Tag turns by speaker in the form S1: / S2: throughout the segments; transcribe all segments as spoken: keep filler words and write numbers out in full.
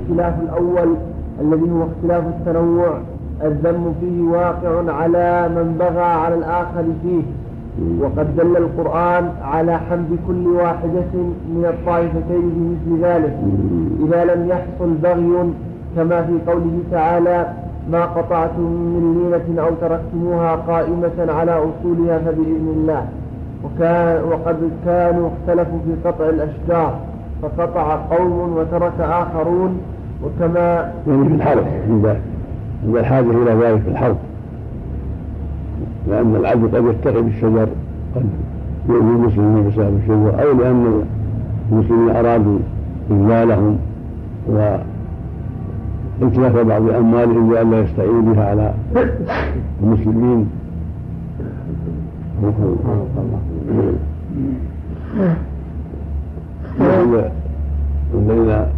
S1: الاختلاف الأول الذي هو اختلاف التنوع الذم فيه واقع على من بغى على الآخر فيه، وقد دل القرآن على حمد كل واحدة من الطائفتين بمثل ذلك إذا لم يحصل بغي، كما في قوله تعالى: ما قطعتم من لينة أو تركتموها قائمة على أصولها فبإذن الله. وكان وقد كانوا اختلفوا في قطع الأشجار فقطع قوم وترك آخرون، وكما
S2: يعني في الحرب عند الحاجة إلى ذلك في الحرب، لأن العدو قد يتقي بالشجر، قد يؤذي المسلمين بسبب الشجر، أو لأن المسلمين أرادوا إذلالهم وإتلاف بعض أموالهم لئلا يستعينوا بها على المسلمين. الذين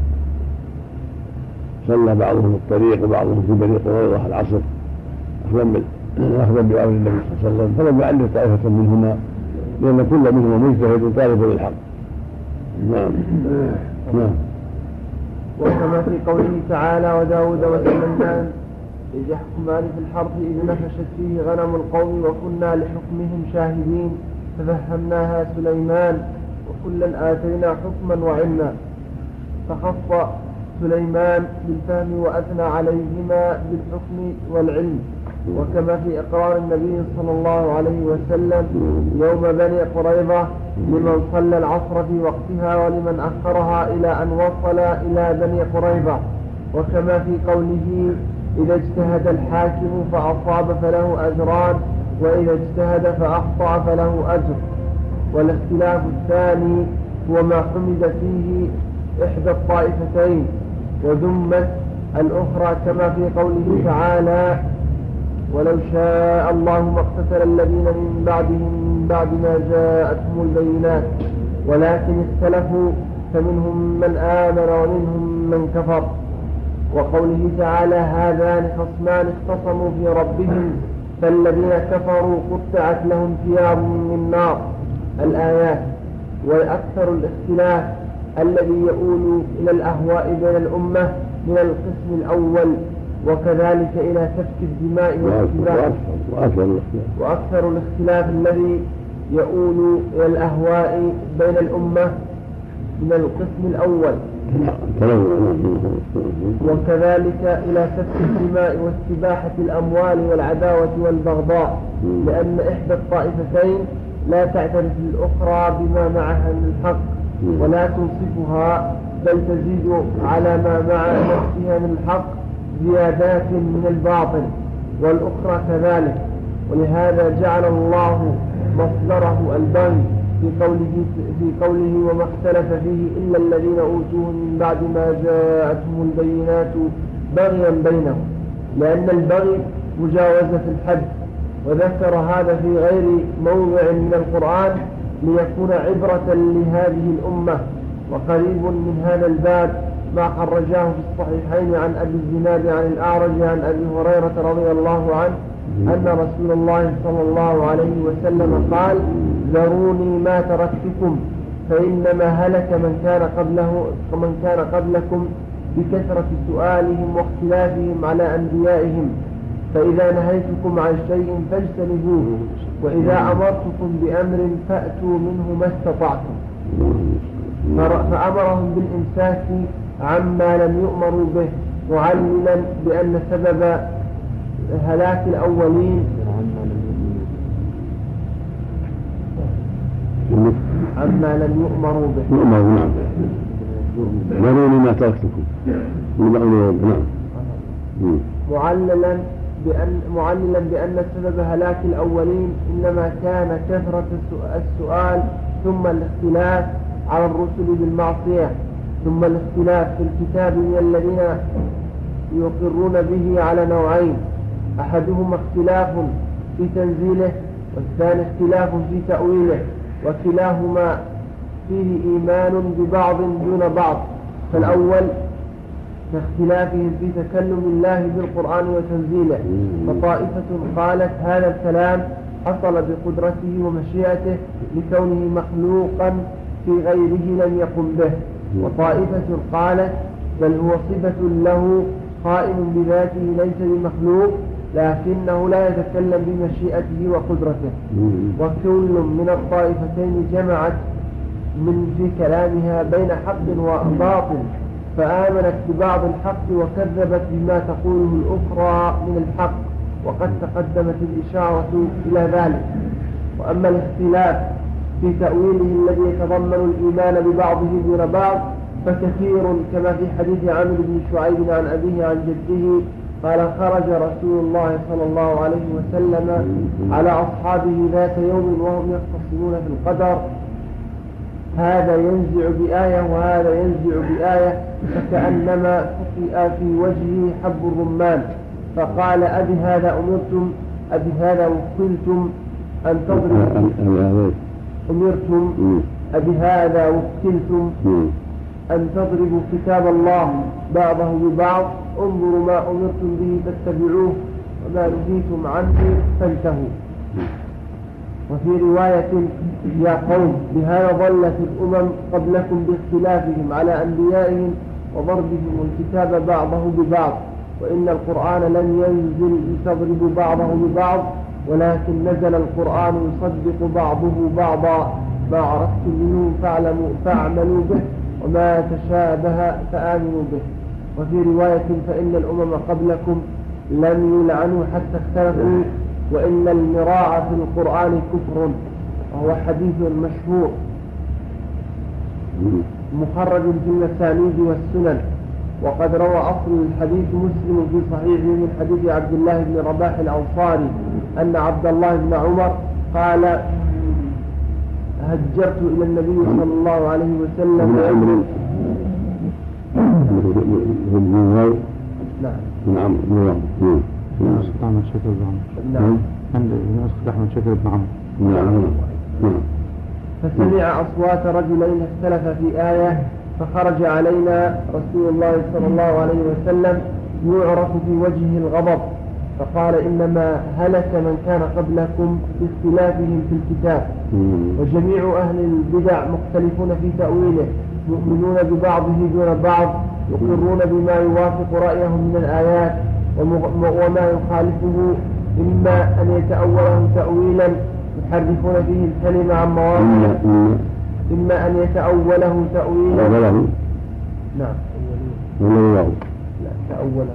S2: صلى بعضهم الطريق وبعضهم في بريق غيره العصر أخذا بأمر النبي صلى الله عليه وسلم، فلم يعلق طائفة منهما، لأن كل منهما مجتهد طالب للحق. نعم. نعم.
S1: وكما في قوله تعالى: وداود وسليمان إذ يحكمان في الحرث إذ نفشت فيه غنم القوم وكنا لحكمهم شاهدين ففهمناها سليمان وكلا آتينا حكما وعلما، فخص سليمان بالفهم وأثنى عليهما بالحكم والعلم. وكما في إقرار النبي صلى الله عليه وسلم يوم بني قريظة لمن صلى العصر في وقتها ولمن أخرها إلى أن وصل إلى بني قريظة. وكما في قوله: إذا اجتهد الحاكم فأصاب فله أجران وإذا اجتهد فأخطأ فله أجر. والاختلاف الثاني هو ما حمد فيه إحدى الطائفتين وذمت الأخرى، كما في قوله تعالى: ولو شاء الله ما اقتتل الذين من بعدهم من بعد ما جاءتهم البينات ولكن اختلفوا فمنهم من آمن ومنهم من كفر. وقوله تعالى: هذان خصمان اختصموا في ربهم فالذين كفروا قطعت لهم ثياب من نار. الآيات. وأكثر الاختلاف الذي يؤول إلى الأهواء بين الأمة من القسم الأول، وكذلك إلى سفك الدماء والاختلاف. وأكثر الاختلاف الذي يؤول إلى الأهواء بين الأمة من القسم الأول، وكذلك إلى سفك الدماء واستباحة الأموال والعداوة والبغضاء، لأن إحدى الطائفتين لا تعترف الأخرى بما معها من الحق ولا تنصفها، بل تزيد على ما مع نفسها من الحق زيادات من الباطل، والأخرى كذلك. ولهذا جعل الله مصدره البغي في قوله, في قوله وما اختلف فيه إلا الذين أوتوه من بعد ما جاءتهم البينات بغيا بينهم، لأن البغي مجاوزة الحد. وذكر هذا في غير موضع من القرآن ليكون عبرة لهذه الأمة. وقريب من هذا الباب ما خرجاه في الصحيحين عن أبي الزناد عن الأعرج عن أبي هريرة رضي الله عنه أن رسول الله صلى الله عليه وسلم قال: ذروني ما تركتكم فإنما هلك من كان قبله من كان قبلكم بكثرة سؤالهم واختلافهم على أنبيائهم، فإذا نهيتكم عن شيء فاجتنبوه، وإذا أمرتكم بأمر فأتوا منه ما استطعتم. فأمرهم بالإمساك عما لم يؤمروا به، معللا بأن سبب هلاك الأولين عما لم يؤمروا به.
S2: ذروني ما تركتكم.
S1: معللا بأن معللا بأن سبب هلاك الأولين إنما كان كثرة السؤال ثم الاختلاف على الرسل بالمعصية، ثم الاختلاف في الكتاب من الذين يقرون به على نوعين: أحدهما اختلاف في تنزيله والثاني اختلاف في تأويله، وكلاهما فيه إيمان ببعض دون بعض. فالأول كاختلافهم في تكلم الله بالقرآن وتنزيله، فطائفة قالت هذا الكلام حصل بقدرته ومشيئته لكونه مخلوقا في غيره لم يقم به، وطائفة قالت بل هو صفة له قائم بذاته ليس بمخلوق، لكنه لا يتكلم بمشيئته وقدرته. وكل من الطائفتين جمعت من في كلامها بين حق وباطل، فآمنت ببعض الحق وكذبت بما تقوله الأخرى من الحق، وقد تقدمت الإشارة إلى ذلك. وأما الاختلاف في تأويله الذي يتضمن الإيمان ببعضه دون بعض فكثير، كما في حديث عامر بن شعيب عن أبيه عن جده قال: خرج رسول الله صلى الله عليه وسلم على أصحابه ذات يوم وهم يختصمون في القدر، هذا ينزع بآية وهذا ينزع بآية، فكأنما فقئ في وجهه حب الرمان، فقال: أبي هذا أمرتم أبي هذا وكلتم أن تضربوا أمرتم أبي هذا وكلتم أن تضربوا كتاب الله بعضه ببعض، انظروا ما أمرتم به فاتبعوه وما نهيتم عنه فانتهوا. وفي رواية: يا قوم بهذا ضلت الأمم قبلكم باختلافهم على أنبيائهم وضربهم الكتاب بعضه ببعض، وإن القرآن لم ينزل لتضرب بعضه ببعض، ولكن نزل القرآن يصدق بعضه بعضا، ما عرفتم منه فاعلموا فاعملوا به، وما تشابه فآمنوا به. وفي رواية: فإن الأمم قبلكم لم يلعنوا حتى اختلفوا، وإن المراء في القرآن كفر، وهو حديث مشهور مخرج في المسانيد والسنن. وقد روى أصل الحديث مسلم في صحيحه من حديث عبد الله بن رباح الأنصاري أن عبد الله بن عمر قال: هجرت إلى النبي صلى الله عليه وسلم. نعم
S2: من عمرو بن عمرو
S3: نسخة أحمد شاكر بن عمرو.
S1: نعم
S3: عند نسخة أحمد شاكر بن عمرو.
S2: نعم.
S1: فسمع أصوات رجلين اختلف في آية، فخرج علينا رسول الله صلى الله عليه وسلم يعرف في وجهه الغضب، فقال: إنما هلك من كان قبلكم باختلافهم في الكتاب، وجميع أهل البدع مختلفون في تأويله، مؤمنون ببعضه دون بعض، يقرون بما يوافق رأيهم من الآيات وما يخالفه، إما أن يتأوله تأويلا يحرفون فيه الكلمة عن مواضعه، إما أن يتأوله تأويلا نعم
S2: أوله
S1: لا تأوله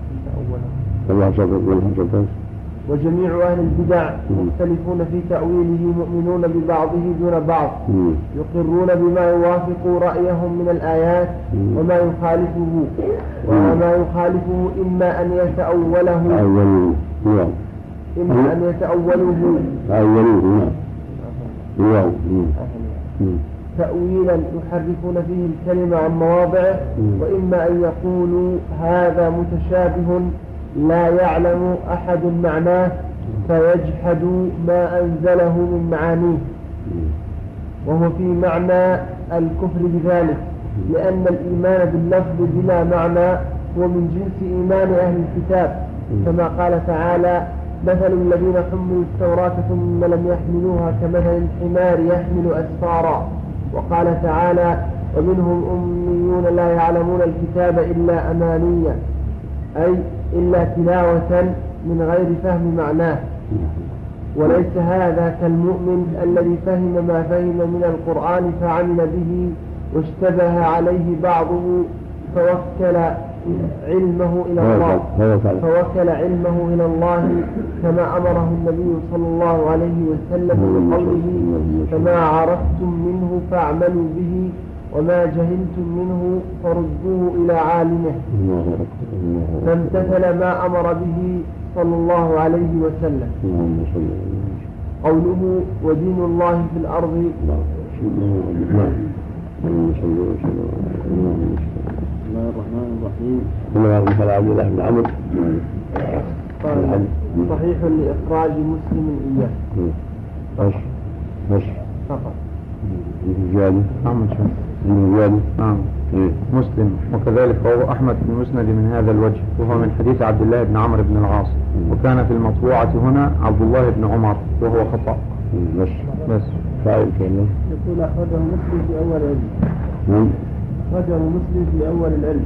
S1: تأوله وجميع أهل البدع مختلفون في تأويله، مؤمنون ببعضه دون بعض، يقرون بما يوافق رأيهم من الآيات وما يخالفه وما يخالفه إما أن يتأوله إما أن يتأوله تأويلا يحرفون فيه الكلمة عن مواضعه، وإما أن يقولوا هذا متشابه لا يعلم أحد معناه فيجحد ما أنزله من معانيه، وهو في معنى الكفر بذلك، لأن الإيمان باللفظ بلا معنى هو من جنس إيمان أهل الكتاب، كما قال تعالى: مثل الذين حملوا التوراة ثم لم يحملوها كمثل الحمار يحمل أسفارا. وقال تعالى: ومنهم أميون لا يعلمون الكتاب إلا أمانيا، أي إلا تلاوة من غير فهم معناه. وليس هذا كالمؤمن الذي فهم ما فهم من القرآن فعمل به واشتبه عليه بعضه فوكل علمه إلى الله فوكل علمه إلى الله كما أمره النبي صلى الله عليه وسلم بقوله: فما عرفتم منه فاعملوا به وما جهلتم منه فردوه إلى عالمه، فامتثل ما أمر به صلى الله عليه وسلم. قوله: ودين الله في الأرض.
S2: بسم الله الرحمن الرحيم. ثم قال عبد الله بن عمرو:
S1: صحيح لإخراج مسلم إياه
S2: بس
S1: فقط.
S2: الرجال
S3: نعم
S2: الرجال
S3: نعم مسلم، وكذلك رواه أحمد في المسند من هذا الوجه، وهو من حديث عبد الله بن عمرو بن العاص، وكان في المطبوعة هنا عبد الله بن عمر وهو خطأ.
S2: بس
S3: بس
S2: فاعل كلمة
S1: يقول أخرجه مسلم في أول علم.
S2: نعم
S1: أخرجه مسلم في أول العلم.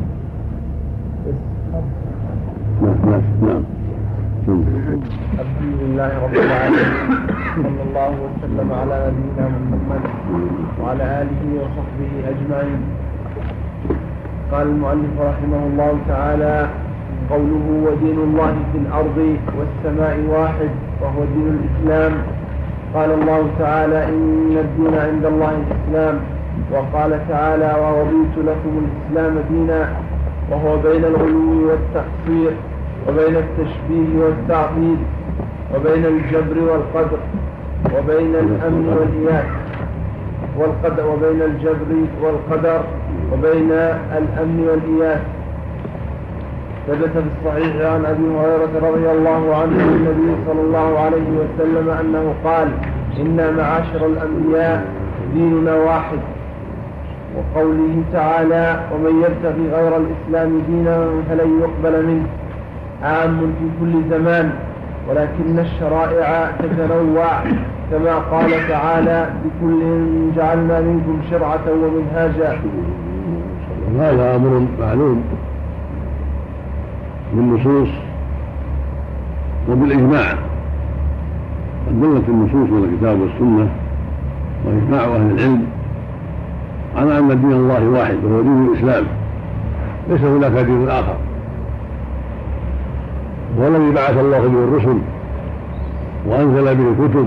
S2: نعم نعم.
S1: الحمد لله رب العالمين، صلى الله وسلم على نبينا محمد وعلى آله وصحبه أجمعين. قال المؤلف رحمه الله تعالى: قوله ودين الله في الأرض والسماء واحد وهو دين الإسلام. قال الله تعالى: إن الدين عند الله الإسلام. وقال تعالى: ورضيت لكم الإسلام دينا. وهو بين الغلو والتقصير، وبين التشبيه والتعطيل، وبين الجبر والقدر، وبين الأمن والإياس والقدر، وبين الجبر والقدر، وبين الأمن والإياس. ثبت في الصحيح عن أبي هريرة رضي الله عنه عن النبي صلى الله عليه وسلم أنه قال: إنا معاشر الأنبياء ديننا واحد. وقوله تعالى: ومن يبتغي غير الإسلام دينا فلن يقبل منه، عام في كل زمان، ولكن الشرائع تتنوع، كما قال تعالى: بكل جعلنا منكم شرعة ومنهاجا.
S2: هذا أمر معلوم بالنصوص وبالإجماع. قد دلت النصوص من الكتاب والسنة وإجماع أهل العلم على أن دين الله واحد وهو دين الإسلام، ليس هناك دين آخر. والذي بعث الله به الرسل وأنزل به الكتب،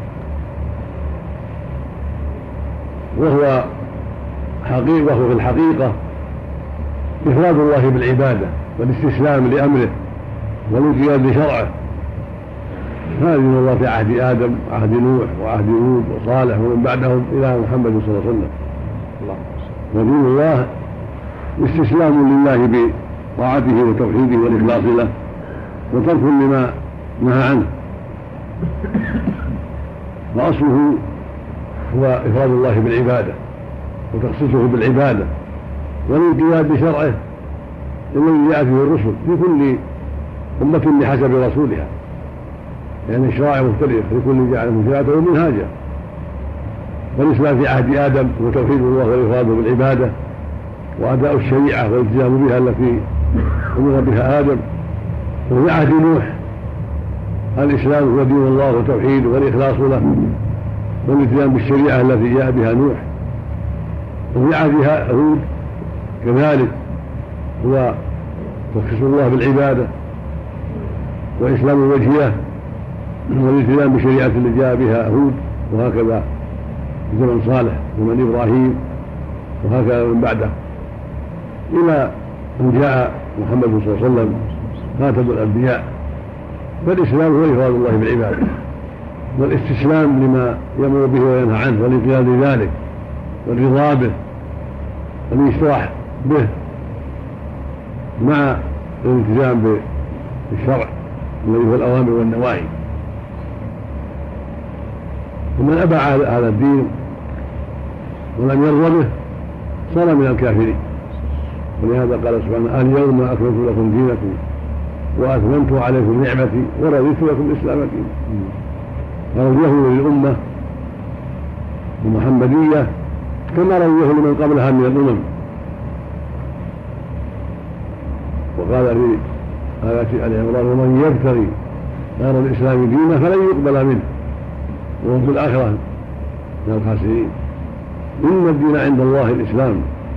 S2: وهو حقيقة في الحقيقة إفراد الله بالعبادة والاستسلام لأمره والانقياد لشرعه. هذا دين الله في عهد آدم وعهد نوح وعهد هود وصالح ومن بعدهم إلى محمد صلى الله عليه وسلم. ودين الله استسلام لله بطاعته وتوحيده والإخلاص له، وترك لما نهى عنه. وأصله هو إفراد الله بالعبادة وتخصيصه بالعبادة والانقياد بشرعه الذي جاء فيه الرسل في كل أمة بحسب رسولها، يعني الشرائع مختلفة، لكل جعل شريعته ومنهاجا. والإسلام في عهد آدم هو توحيد الله والإفراد بالعبادة وأداء الشريعة والالتزام بها التي أمر بها آدم. وفي عهد نوح الإسلام هو دين الله وتوحيده والإخلاص له والالتزام بالشريعة التي جاء بها نوح. وفي عهد هود كذلك هو تخصيص الله بالعبادة وإسلام وجهه والالتزام بالشريعة التي جاء بها هود. وهكذا في زمن صالح ومن إبراهيم، وهكذا من بعده إلى أن جاء محمد صلى الله عليه وسلم خاتم الأنبياء. فالإسلام هو إفراد الله بالعبادة والاستسلام لما يأمر به وينهى عنه والانقياد لذلك والرضا به والاشتراح به مع الالتزام بالشرع الذي هو الأوامر والنواهي. ومن أبى هذا الدين ولم يرضى به صار من الكافرين. ولهذا قال سبحانه: اليوم أكملت لكم دينكم وأتممت عليكم نعمتي ورضيت لكم الإسلام دينا. فرضيه للأمة المحمدية كما رضيه لمن قبلها من الأمم. وقال في آيات آل عمران: ومن يبتغي غير الإسلام دينا فلن يقبل منه وهو في الآخرة من الخاسرين. إن الدين عند الله الإسلام.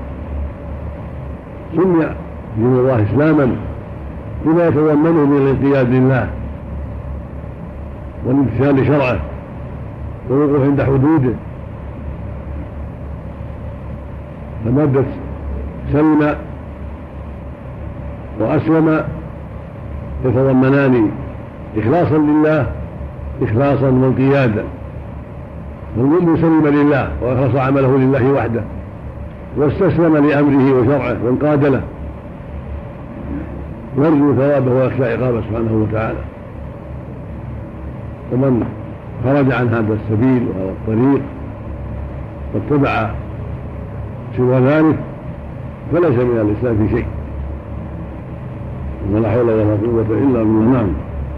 S2: سمي دين الله إسلاما بما يتضمنه من الانقياد لله والامتثال لشرعه والوقوف عند حدوده. فمادة سلم وأسلم يتضمنان إخلاصا لله إخلاصا وانقيادا. والمؤمن سلم لله وأخلص عمله لله وحده واستسلم لأمره وشرعه وانقاد له، يرجو ثوابه ويخشى عقابه سبحانه وتعالى. ومن خرج عن هذا السبيل وهذا الطريق واتبع سوى ذلك فليس من الإسلام في شيء. ولا حول ولا قوة إلا بالله. نعم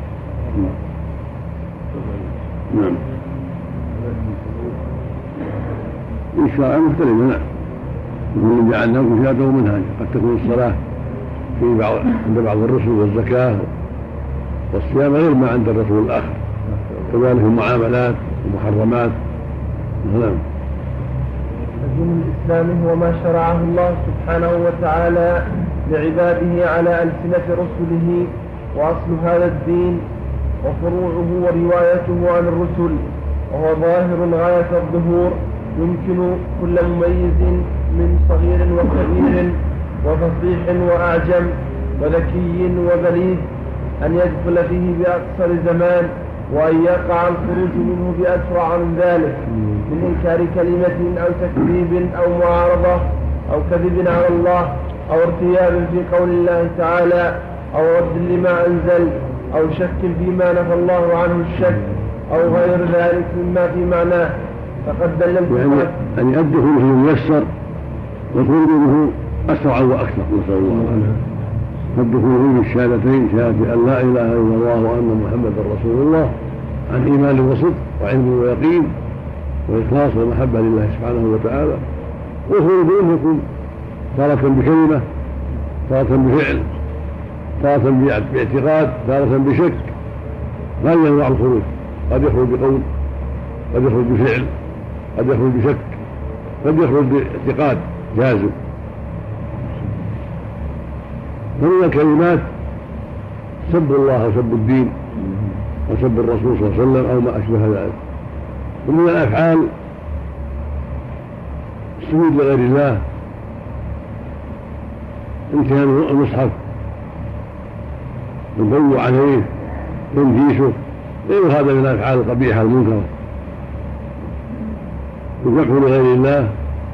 S2: نعم الشرع مختلف. نعم ومن جعلناكم شهادة ومنهاجا. قد تكون الصلاة في بعض عند بعض الرسل والزكاة والصيام غير ما عند الرسول الآخر، كذلك المعاملات والمحرمات. نعم.
S1: دين الإسلام هو ما شرعه الله سبحانه وتعالى لعباده على ألسنة رسله، وأصل هذا الدين وفروعه وروايته عن الرسل، وهو ظاهر غاية الظهور، يمكن كل مميز من صغير وكبير وفصيح وأعجم وذكي وبليد أن يدخل فيه بأقصر زمان، وأن يقع الخروج منه بأسرع من ذلك، من إنكار كلمة أو تكذيب أو معارضة أو كذب على الله أو ارتياب في قول الله تعالى أو رد لما أنزل أو شك فيما نفى الله عنه الشك أو غير ذلك مما في معناه. فقد دللت
S2: يعني أن يدخل فيه ميسر والخروج منه أسرع وأكثر، نسأل الله عنه. فالدخول بالشهادتين، شهادة أن لا إله إلا الله وأن محمدا رسول الله، عن إيمان وصدق وعلم ويقين وإخلاص ومحبة لله سبحانه وتعالى. والخروج منه يكون تارة بكلمة، تارة بفعل، تارة باعتقاد، تارة بشك، لا ينوع الخروج. قد يخرج بقول، قد يخرج بفعل، قد يخرج بشك، قد يخرج باعتقاد جازم. ومن الكلمات سب الله وسب الدين وسب الرسول صلى الله عليه وسلم أو ما أشبه ذلك. ومن الأفعال السجود لغير الله، امتهان المصحف، البول عليه، تنجيسه، غير هذا من الأفعال القبيحة المنكرة. الذبح لغير الله.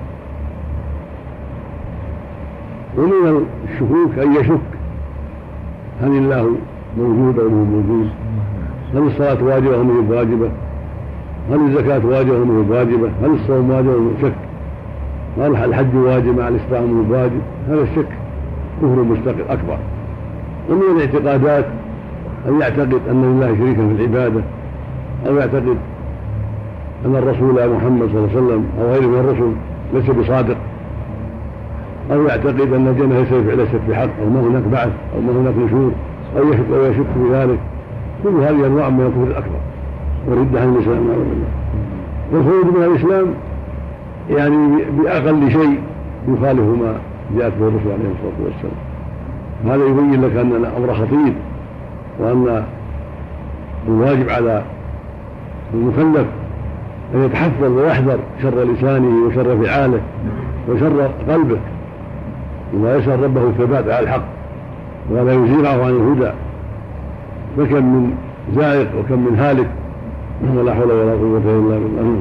S2: ومن الشكوك أن يشك هل الله موجود أو مو موجود، هل الصلاة واجبة أو مو واجبة، هل الزكاة واجبة أو مو واجبة، هل الصوم واجب أو شك، هل الحج واجب مع الإسلام أو مو واجب. هذا الشك كفر مستقل أكبر. ومن الاعتقادات أن يعتقد أن لله شريكا في العبادة، أو يعتقد أن الرسول محمد صلى الله عليه وسلم أو غيره من الرسل ليس بصادق، أو يعتقد أن الجنة ليست بحق، أو ما هناك بعث، أو ما هناك نشور، أو يشك أو يشك في ذلك. كل هذه أنواع من الكفر الأكبر والردة عن الإسلام نعوذ بالله. والخروج من الإسلام يعني بأقل شيء يخالف ما جاءت به الرسل عليه الصلاة والسلام. هذا يبين لك أن الأمر خطير، وأن الواجب على المكلف أن يتحفظ ويحذر شر لسانه وشر فعاله وشر قلبه، ولا يسأل ربه الثبات على الحق ولا يزيغه عن الهدى. فكم من زائق وكم من هالك، ولا حول ولا قوة إلا بالله.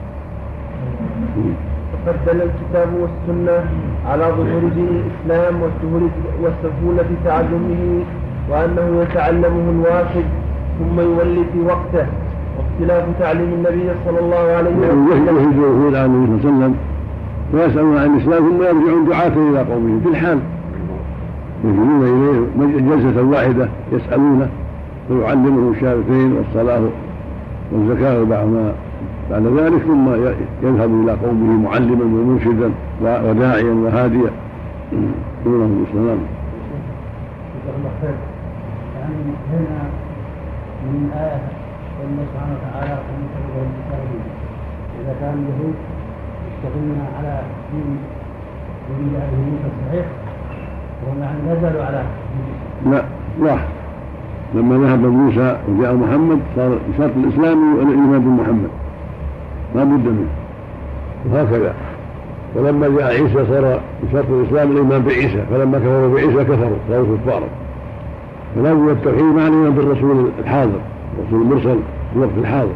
S1: وقد دل الكتاب والسنة على ظهور دين الإسلام والسهولة في تعلمه، وأنه يتعلمه الواحد ثم يولي في وقته، واختلاف تعليم النبي صلى الله عليه وسلم.
S2: يهجر الوحيد عن النبي صلى الله عليه وسلم ويسألون عن الإسلام ثم يرجعون دعاة إلى قومهم في الحال، يجلون إليه جلسة واحدة يسألونه ويعلمهم الشهادتين والصلاة والزكاة بعد ما بعد ذلك، ثم يذهب إلى قومه معلما ومرشدا وداعيا وهاديا دونهم الإسلام.
S4: يعني هنا من آية الله سبحانه وتعالى إذا كان اليهود يشتغلون على دين دين أهل موسى الصحيح وهم يعني لا زالوا على
S2: لا لا لما ذهب موسى وجاء محمد صار شرط الإسلام والإيمان بمحمد لا بد منه، وهكذا. ولما جاء عيسى صار شرط الإسلام الإيمان بعيسى، فلما كفروا بعيسى كفروا صاروا كفارا. فلا بد التوحيد مع الإيمان بالرسول الحاضر، الرسول المرسل في الوقت الحاضر.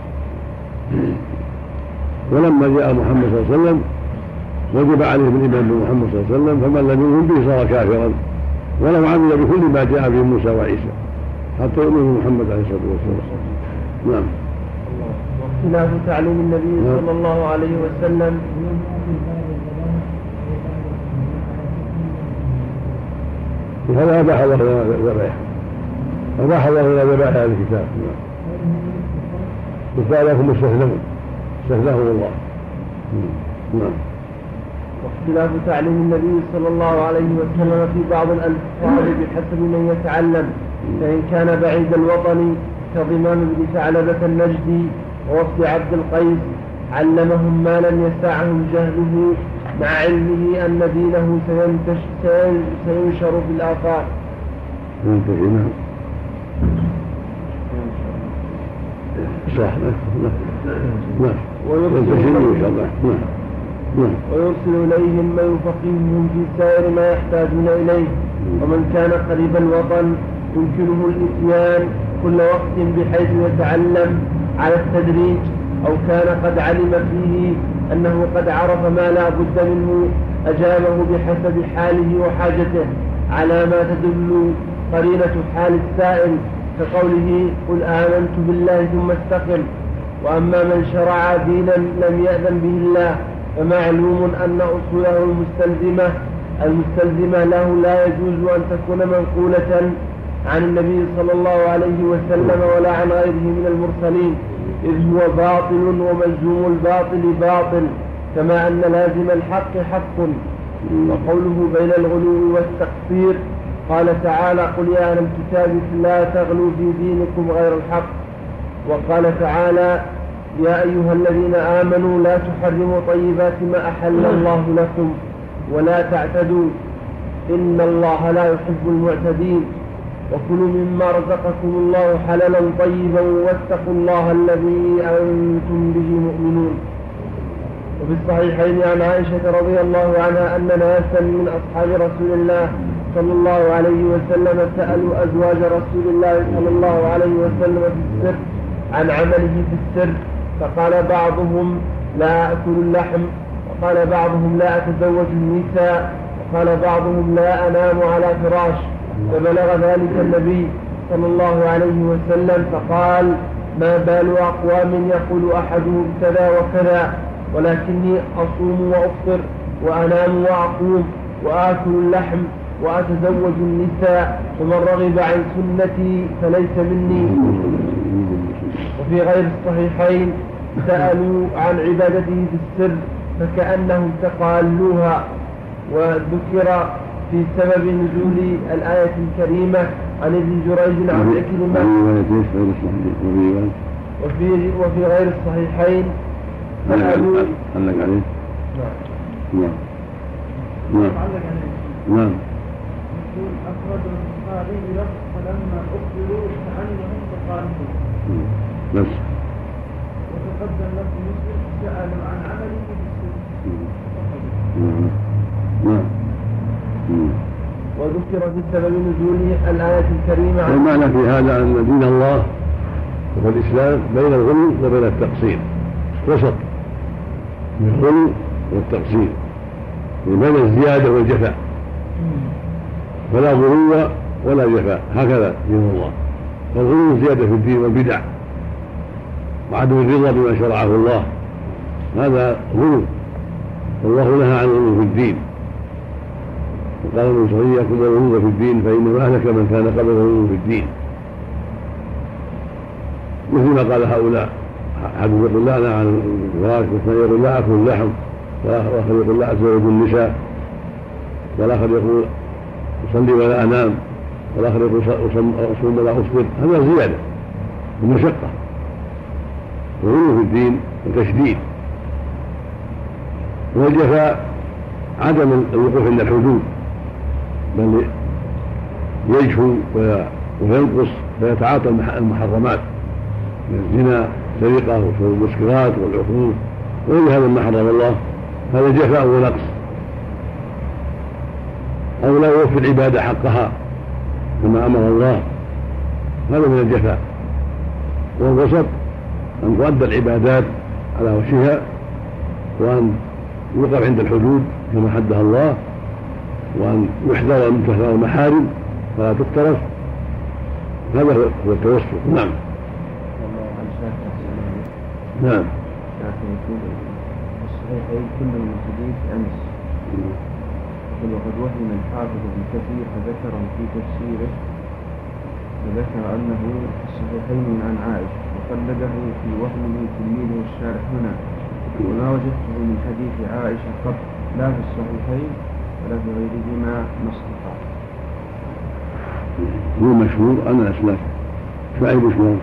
S2: ولما جاء محمد صلى الله عليه وسلم وجب عليه الإيمان بمحمد صلى الله عليه وسلم، فمن لم يؤمن به صار كافرا ولو عمل بكل ما جاء به موسى وعيسى حتى يؤمن محمد عليه الصلاة والسلام. نعم.
S1: واختلاف تعليم النبي نعم. صلى الله عليه وسلم
S2: هذا أباح الله لنا ذبائح، أباح الله لنا ذبائح هذا الكتاب. قال لكم استسلموا استسلموا الله. نعم.
S1: واختلاف تعليم النبي صلى الله عليه وسلم في بعض الألفاظ بحسب من يتعلم، فإن كان بعيد الوطن كضمام بن ثعلبة النجدي ووفد عبد القيس علمهم ما لم يسعهم جهله مع علمه أن دينه سينشر في الآفاق.
S2: صح.
S1: ويرسل إليهم من يفقههم في سائر ما يحتاجون إليه. ومن كان قريب الوطن يمكنه الإتيان كل وقت بحيث يتعلم على التدريج، أو كان قد علم فيه أنه قد عرف ما لا بد منه أجابه بحسب حاله وحاجته على ما تدل قرينة حال السائل، كقوله قل آمنت بالله ثم استقم. وأما من شرع دينا لم يأذن به الله فمعلوم أن أصوله المستلزمة المستلزمة له لا يجوز أن تكون منقولة عن النبي صلى الله عليه وسلم ولا عن غيره من المرسلين، إذ هو باطل وملزوم الباطل باطل، كما أن لازم الحق حق. وقوله بين الغلو والتقصير قال تعالى قل يا أهل الكتاب لا تغلوا في دينكم غير الحق. وقال تعالى يا أيها الذين آمنوا لا تحرموا طيبات ما أحل الله لكم ولا تعتدوا إن الله لا يحب المعتدين وكلوا مما رزقكم الله حلالا طيبا واتقوا الله الذي أنتم به مؤمنون. وفي الصحيحين عن عائشة رضي الله عنها أن ناسا من أصحاب رسول الله صلى الله عليه وسلم سألوا أزواج رسول الله صلى الله عليه وسلم في السر عن عمله في السر، فقال بعضهم لا أكل اللحم، وقال بعضهم لا أتزوج النساء، وقال بعضهم لا أنام على فراش. فبلغ ذلك النبي صلى الله عليه وسلم فقال ما بال أقوام يقول أحدهم كذا وكذا ولكني أصوم وأفطر وأنام وأقوم وآكل اللحم وأتزوج النساء ومن رغب عن سنتي فليس مني. وفي غير الصحيحين سألوا عن عبادته في السر فكأنهم تقالوها. وذكر في سبب نزول الآية الكريمة عن ابن جريج عن عكرمة وفي وفي غير الصحيحين سألوا
S2: علق عليه نعم نعم نعم
S5: يقول أخرج البخاري لفظ فلما أخبروا كأنهم تقالوا
S2: بس
S5: وتقدم لفظ مسلم سألوا عن عمله بالسر.
S2: نعم نعم
S1: وذكر في سبب نزول الآية الكريمة.
S2: والمعنى في هذا أن دين الله وهو الإسلام بين الغلو وبين التقصير، وسط من الغلو والتقصير، بين الزيادة والجفاء، فلا غلو ولا جفاء، هكذا دين الله. فالغلو زيادة في الدين والبدع وعدم الرضا بما شرعه الله، هذا غلو، والله نهى عن الغلو في الدين. وقال ابن مسعود إياكم والغلو في الدين فإنما أهلك من كان قبل الغلو في الدين، مثل ما قال هؤلاء، أحدهم يقول لا أنا عن الفراش، والثاني يقول لا أكل اللحم، والآخر يقول لا أتزوج النساء، والآخر يقول أصلي ولا أنام، والآخر يقول أصوم ولا أفطر. هذا زيادة ومشقة وغلو في الدين وتشديد. والجفاء عدم الوقوف عند الحدود، بل يجفو وينقص فيتعاطى المحرمات من الزنا سرقة وشرب المسكرات والعقوق وغير هذا ما حرم الله، هذا جفاء ونقص. أو لا يوفي العبادة حقها كما أمر الله، هذا من الجفاء. والوسط أن تؤدى العبادات على وجهها، وأن يوقف عند الحدود كما حدها الله، وأن يحذر من تحذر المحارم فلا تقترف، هذا هو التوسط. نعم نعم
S6: الصحيحين كل من حديث أمس. وقد وهم الحافظ ابن كثير فذكره في تفسيره، وذكر أنه في الصحيحين عن عائشة، وقلده في وهمه تلميذه الشارح هنا، وما وجدته من حديث عائشة قط لا في الصحيحين ولا في غيرهما ما استطاع.
S2: هو مشهور أنا أسلك شعيب مشهور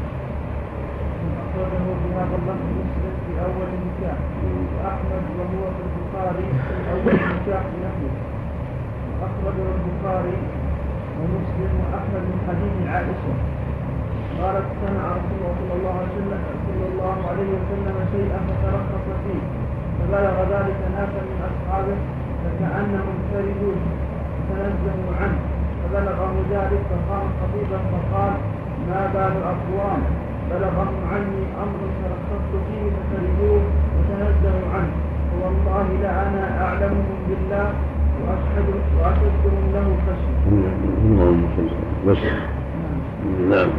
S5: أخرجه بهذا اللفظ مسلم في أول النكاح، وأحمد وهو في البخاري في أول النكاح بنحوه، وأخرجه البخاري ومسلم وأحمد من حديث عائشة قالت سمع رسول الله صلى الله عليه وسلم صلى الله عليه وسلم شيئا فترخص فيه فبلغ ذلك ناسا من أصحابه فكأنهم كرهوه فتنزهوا عنه فبلغه ذلك فقام خطيبا فقال ما بال الأقوام بلغهم عني أمر ترخصت فيه فكرهوه وتنزهوا عنه فوالله لأنا أعلمهم بالله وأشهد وأشهدهم له خشية.
S2: بس نعم.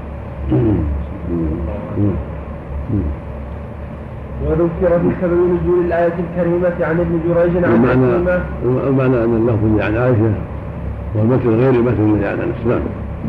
S1: وذكر في سبب نزول الآية الكريمة عن ابن جريج عن عكرمة
S2: المعنى أن اللفظ عن عائشة والمثل غير المثل الذي عن الإسلام.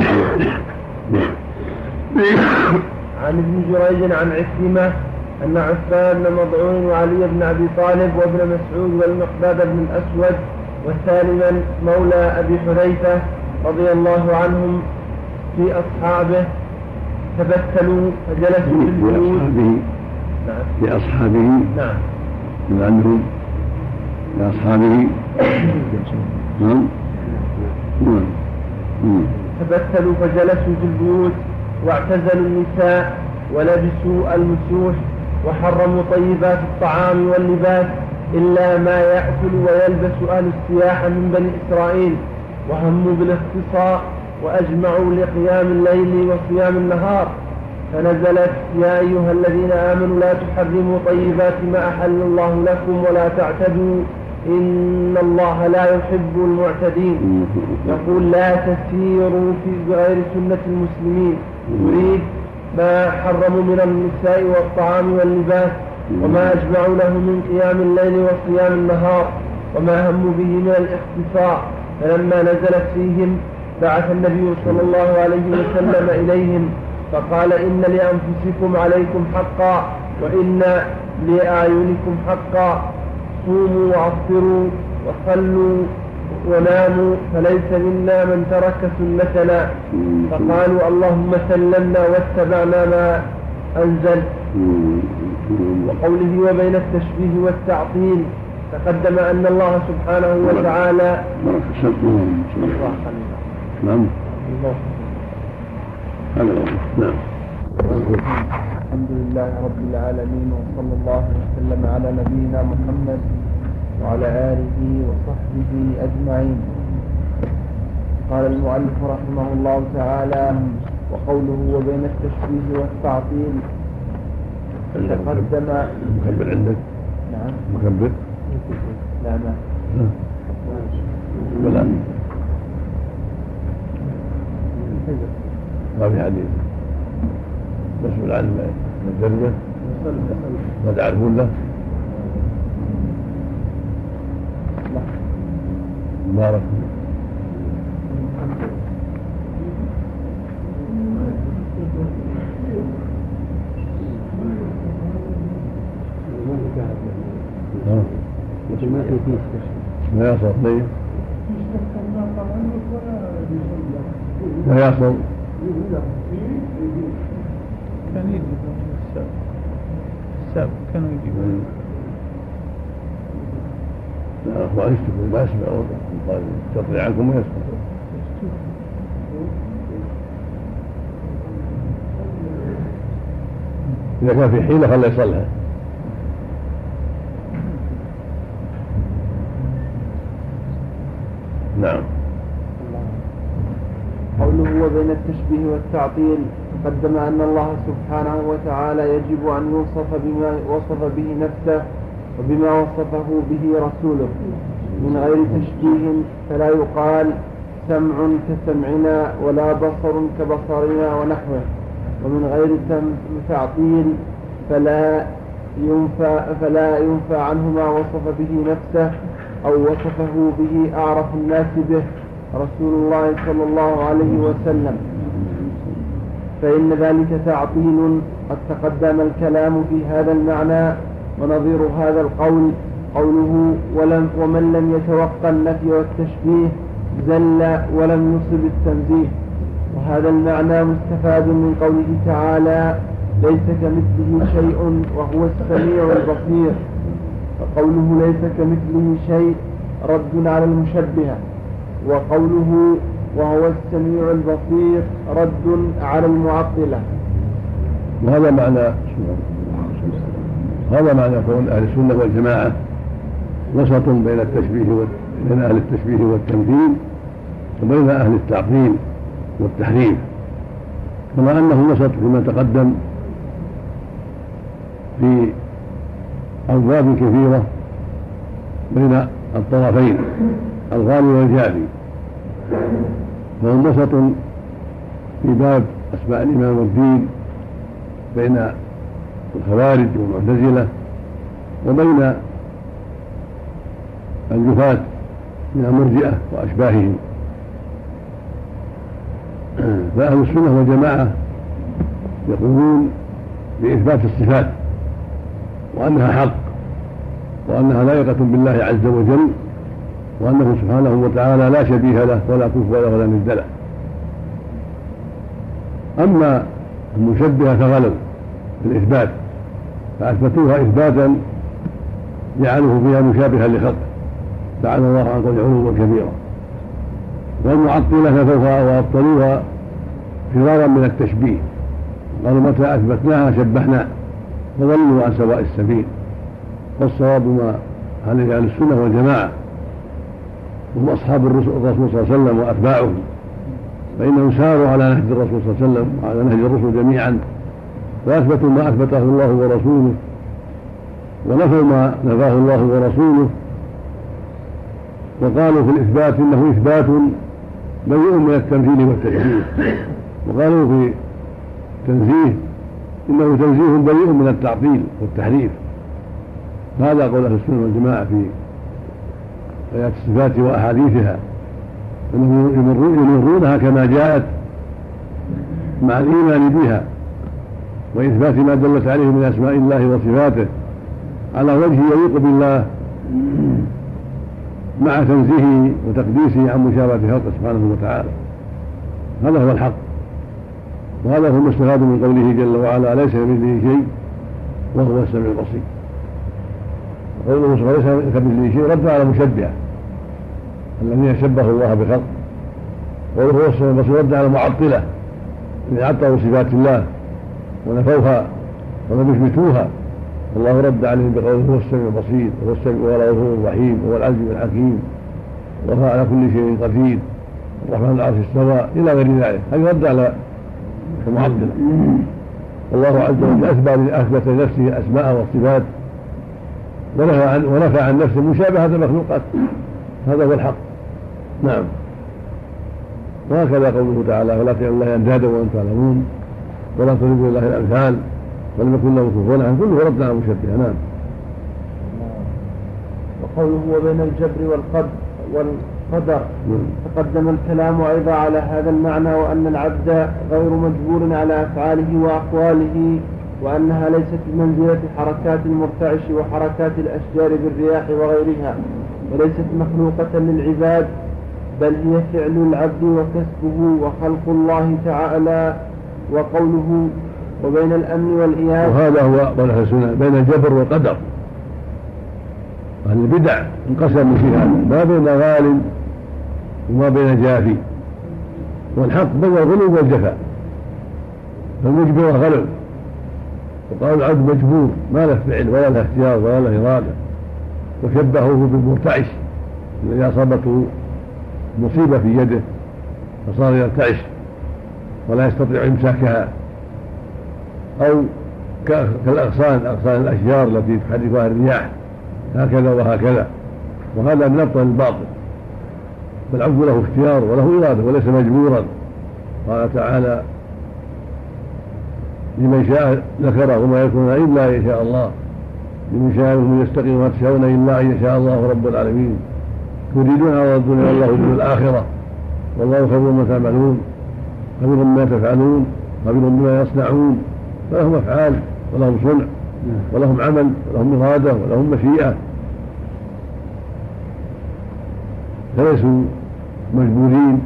S1: عن ابن جريج عن عكرمة أن عثمان بن مضعون وعلي بن أبي طالب وابن مسعود والمقداد بن الأسود وسالما مولى أبي حذيفة رضي الله عنهم في أصحابه تبتلوا فجلسوا في البيوت
S2: لأصحابه
S1: نعم
S2: لأنهم لأصحابه نعم
S1: تبتلوا فجلسوا في البيوت واعتزلوا النساء ولبسوا المسوح وحرموا طيبات الطعام واللباس إلا ما يأكل ويلبس أهل السياحة من بني إسرائيل وهموا بالاختصاء وأجمعوا لقيام الليل وصيام النهار فنزلت يا أيها الذين آمنوا لا تحرموا طيبات ما أحل الله لكم ولا تعتدوا إن الله لا يحب المعتدين. يقول لا تسيروا في بغير سنة المسلمين يريد ما حرموا من النساء والطعام واللباس وما أجمعوا له من قيام الليل وصيام النهار وما هموا به من الاختصاء. فلما نزلت فيهم بعث النبي صلى الله عليه وسلم إليهم فقال إن لأنفسكم عليكم حقا وإن لأعينكم حقا صوموا وأفطروا وصلوا وناموا فليس منا من ترك سنتنا. فقالوا اللهم سلمنا واتبعنا ما أنزل. وقوله وبين التشبيه والتعطيل تقدم أن الله سبحانه وتعالى
S2: نعم نعم
S1: الحمد لله رب العالمين وصلى الله وسلم على نبينا محمد وعلى آله وصحبه أجمعين. قال المؤلف رحمه الله تعالى وقوله وبين التشبيه والتعطيل تقدم
S2: مكبر عندك
S1: نعم
S2: مكبر
S1: لا ما
S2: ولا ما في حديث مسؤول عن الدرجة ما تعرفون له مبارك
S3: ما في فيه
S2: ما يصل طيب ما يصل
S5: كان يجيب السابق السابق كانوا يجيبون
S2: لا أخوان يشتكوا ما يسمعون قال تطلع عنكم ما يسمعون إذا كان في حيلة خلى يصلها نعم.
S1: قوله وبين التشبيه والتعطيل تقدم أن الله سبحانه وتعالى يجب أن يوصف بما وصف به نفسه وبما وصفه به رسوله من غير تشبيه فلا يقال سمع كسمعنا ولا بصر كبصرنا ونحوه ومن غير تعطيل فلا ينفى, فلا ينفى عنه ما وصف به نفسه أو وصفه به أعرف الناس به رسول الله صلى الله عليه وسلم فإن ذلك تعطيل قد تقدم الكلام في هذا المعنى ونظير هذا القول وقوله ولم ومن لم يتوقع النفي والتشبيه زل ولم يصب التنزيه. وهذا المعنى مستفاد من قوله تعالى ليس كمثله شيء وهو السميع البصير. فقوله ليس كمثله شيء رد على المشبهة، وقوله وهو السميع البصير رد على المعطلة.
S2: وهذا معنى هذا معنى كون أهل السنة والجماعة وسط بين التشبيه بين أهل التشبيه والتمثيل وبين أهل التعطيل والتحريف، كما أنه وسط فيما تقدم في أبواب كثيرة بين الطرفين الغالي والجافي، فهم وسط في باب أسماء الإمام والدين بين الخوارج والمعتزلة وبين الجفاة من المرجئة وأشباههم. فأهل السنة والجماعة يقولون بإثبات الصفات وأنها حق وأنها لائقة بالله عز وجل، وأنه سبحانه وتعالى لا شبيه له ولا كفو له ولا ند له. أما المشبهة فغلوا في الإثبات فأثبتوها إثباتا جعلوه فيها مشابها لخلقه تعالى الله عن قول علوا كبيرا، والمعطلة نفوها وأبطلوها فرارا من التشبيه، قالوا متى أثبتناها شبهنا فضلوا عن سواء السبيل. والصواب ما عليه أهل السنة والجماعة هم أصحاب الرسول صلى الله عليه وسلم وأتباعهم، فإنهم ساروا على نهج الرسول صلى الله عليه وسلم وعلى نهج الرسل جميعا، فأثبتوا ما أثبته الله ورسوله ونفوا ما نفاه الله ورسوله، وقالوا في الإثبات إنه إثبات بريء من التمثيل والتشبيه، وقالوا في التنزيه إنه تنزيه بريء من التعطيل والتحريف. هذا قول أهل السنة والجماعة في آيات الصفات وأحاديثها، أنهم يمرونها كما جاءت مع الإيمان بها وإثبات ما دلت عليه من أسماء الله وصفاته على وجه يليق بالله مع تنزيهه وتقديسه عن مشابهة خلقه سبحانه وتعالى. هذا هو الحق، وهذا هو المستفاد من قوله جل وعلا ليس كمثله شيء وهو السميع البصير. قوله ليس كمثله شيء رد على المشبهة الذين شبهوا الله بخلق، وهو السميع البصير رد على المعطلة الذين عطلوا صفات الله ونفوها ولم يثبتوها، والله رد عليهم بقوله هو السميع البصير وهو السميع وهو الغفور الرحيم وهو العزيز الحكيم وهو على كل شيء قدير الرحمن العرش استوى إلى غير ذلك. هذا رد على المعطلة. والله عز وجل أثبت لنفسه أسماء والصفات ونفى عن نفسه مشابهة المخلوقات. هذا هو الحق. نعم. وهكذا قوله تعالى فلا تجعلوا الله أندادا وأنتم تعلمون ولا تضربوا لله الأمثال ولم يكن له كفوا أحد، كله رد على المشبهة. نعم.
S1: وقوله وبين الجبر والقدر والقدر تقدم الكلام أيضا على هذا المعنى، وأن العبد غير مجبور على أفعاله وأقواله، وأنها ليست بمنزلة حركات المرتعش وحركات الأشجار بالرياح وغيرها، وليست مخلوقة للعباد، بل هي فعل العبد وكسبه وخلق الله تعالى. وقوله وبين الأمن والإياب،
S2: وهذا هو قول أهل السنة بين الجبر والقدر. أهل البدع انقسموا في هذا، ما بين غال وما بين جافي، والحق بين الغلو والجفاء، فالمجبر غلو، وقال العبد مجبور ما له فعل ولا له اختيار ولا له إرادة، وشبهوه بالمرتعش الذي أصابته مصيبة في يده فصار يرتعش ولا يستطيع إمساكها، أو كالأغصان أغصان الأشجار التي تحركها الرياح هكذا وهكذا، وهذا من أبطل الباطل. فالعبد له اختيار وله إرادة وليس مجبورا. قال تعالى لمن شاء ذكره وما يكون إلا إن شاء الله، لمن شاء منكم يستقيم وما تشاءون إلا أن يشاء الله رب العالمين، تريدون عرض الدنيا والله يريد الآخرة، والله خبير بما تعملون خبير بما تفعلون خبير بما يصنعون. فلهم أفعال ولهم صنع ولهم عمل ولهم إرادة ولهم مشيئة، فليسوا مجبورين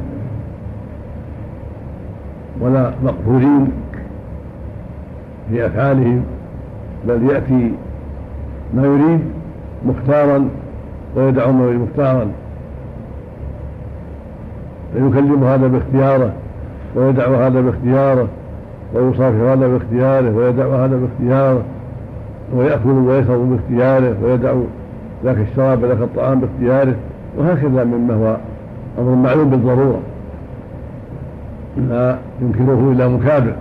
S2: ولا مقهورين في أفعالهم، بل يأتي ما يريد مختارا ويدع ما يريد مختارا، فيكلم هذا باختياره ويدع هذا باختياره، ويصافح هذا باختياره ويدع هذا باختياره، ويأكل ويشرب باختياره ويدع ذاك الشراب ذاك الطعام باختياره، وهكذا مما هو أمر معلوم بالضرورة لا يمكنه إلا مكابر.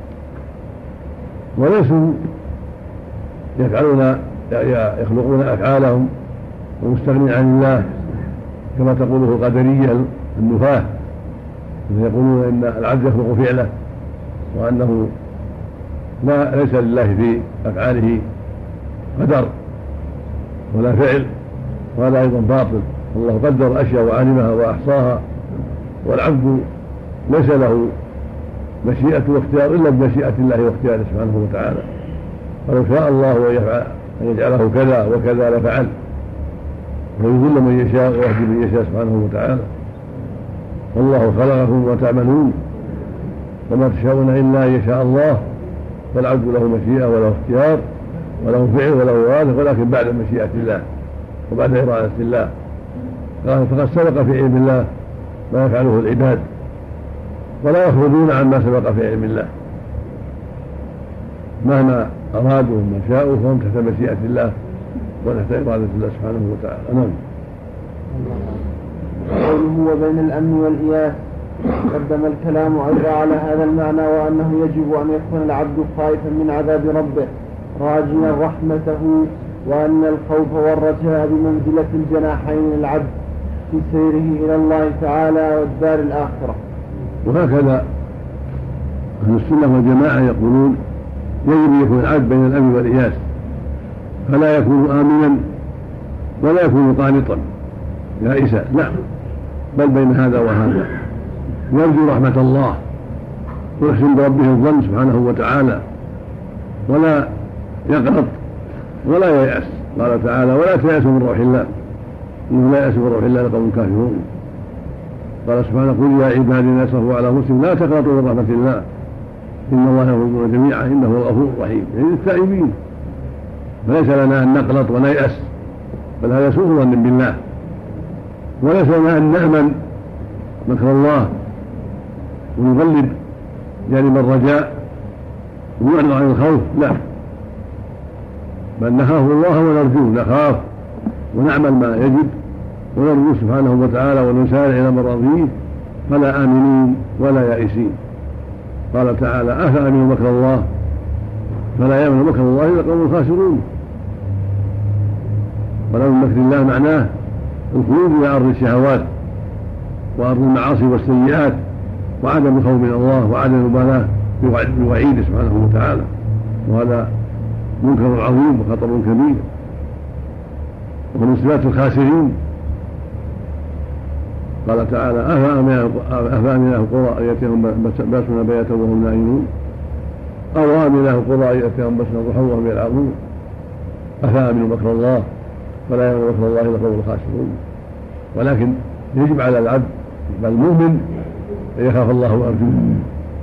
S2: وليسوا يفعلون يخلقون أفعالهم ومستغنين عن الله كما تقوله القدرية النفاة، يقولون إن العبد يخلق فعله وأنه لا ليس لله في أفعاله قدر ولا فعل، وهذا أيضا باطل. الله قدر الأشياء وعلمها وأحصاها، والعبد ليس له مشيئة واختيار إلا بمشيئة الله واختياره سبحانه وتعالى، فلو شاء الله أن يجعله كذا وكذا لفعل، ويذل من يشاء ويهدي من يشاء سبحانه وتعالى. والله خلقكم وتعملون وما تشاءون إلا أن يشاء الله، فالعبد له مشيئة وله اختيار وله فعل وله إرادة، ولكن بعد مشيئة الله وبعد إرادة الله. فقد سبق في علم الله ما يفعله العباد ولا يخرجون عما سبق في علم الله، مهما أرادوا وما شاءوا فهم تحت مشيئة الله وتحت إرادة الله سبحانه وتعالى. نعم.
S1: قوله وبين الأمن والإياس قدم الكلام أيضا على هذا المعنى، وأنه يجب أن يكون العبد خائفا من عذاب ربه راجيا رحمته، وأن الخوف والرجاء بمنزلة الجناحين للعبد في سيره إلى الله تعالى والدار الآخرة.
S2: وهكذا أهل السنة والجماعة يقولون يجب يكون العبد بين الأمن والإياس، فلا يكون آمنا ولا يكون قانطا يائسا، لا، بل بين هذا وهذا، يرجو رحمة الله ويحسن بربه الظن سبحانه وتعالى، ولا يقنط ولا ييأس. قال تعالى ولا تيأسوا من روح الله إنه لا يأس من روح الله لقوم كافرون. قال سبحانه قل يا عبادي الذين أسرفوا على أنفسهم لا تقنطوا من رحمة الله إن الله يغفر جميعا إنه هو الغفور الرحيم، يعني التائبين. فليس لنا أن نقنط ونيأس، بل هذا سوء ظن بالله، وليس لنا أن نأمن مكر الله ونغلب جانب الرجاء ونعرض عن الخوف، لا، بل نخاف الله ونرجوه، نخاف ونعمل ما يجب ونرجو سبحانه وتعالى ونسارع إلى مرضيه، فلا آمنين ولا يائسين. قال تعالى أفأمنوا مكر الله فلا يأمن مكر الله إلا القوم الخاسرون. ولو مكر الله معناه الخروج إلى أرض الشهوات وأرض المعاصي والسيئات، وعدم الخوف من الله وعدم المبالاة بوعيده سبحانه وتعالى، وهذا منكر عظيم وخطر كبير، ومن صفات الخاسرين. قال تعالى أفأمن أهل القرى يأتيهم بأسنا بياتا وهم نائمون أو آمن أهل القرى يأتيهم بأسنا ضحى وهم يلعبون أفأمنوا مكر الله فلا يأمن مكر الله إلا القوم الخاسرون. ولكن يجب على العبد بل المؤمن أن يخاف الله ويرجوه،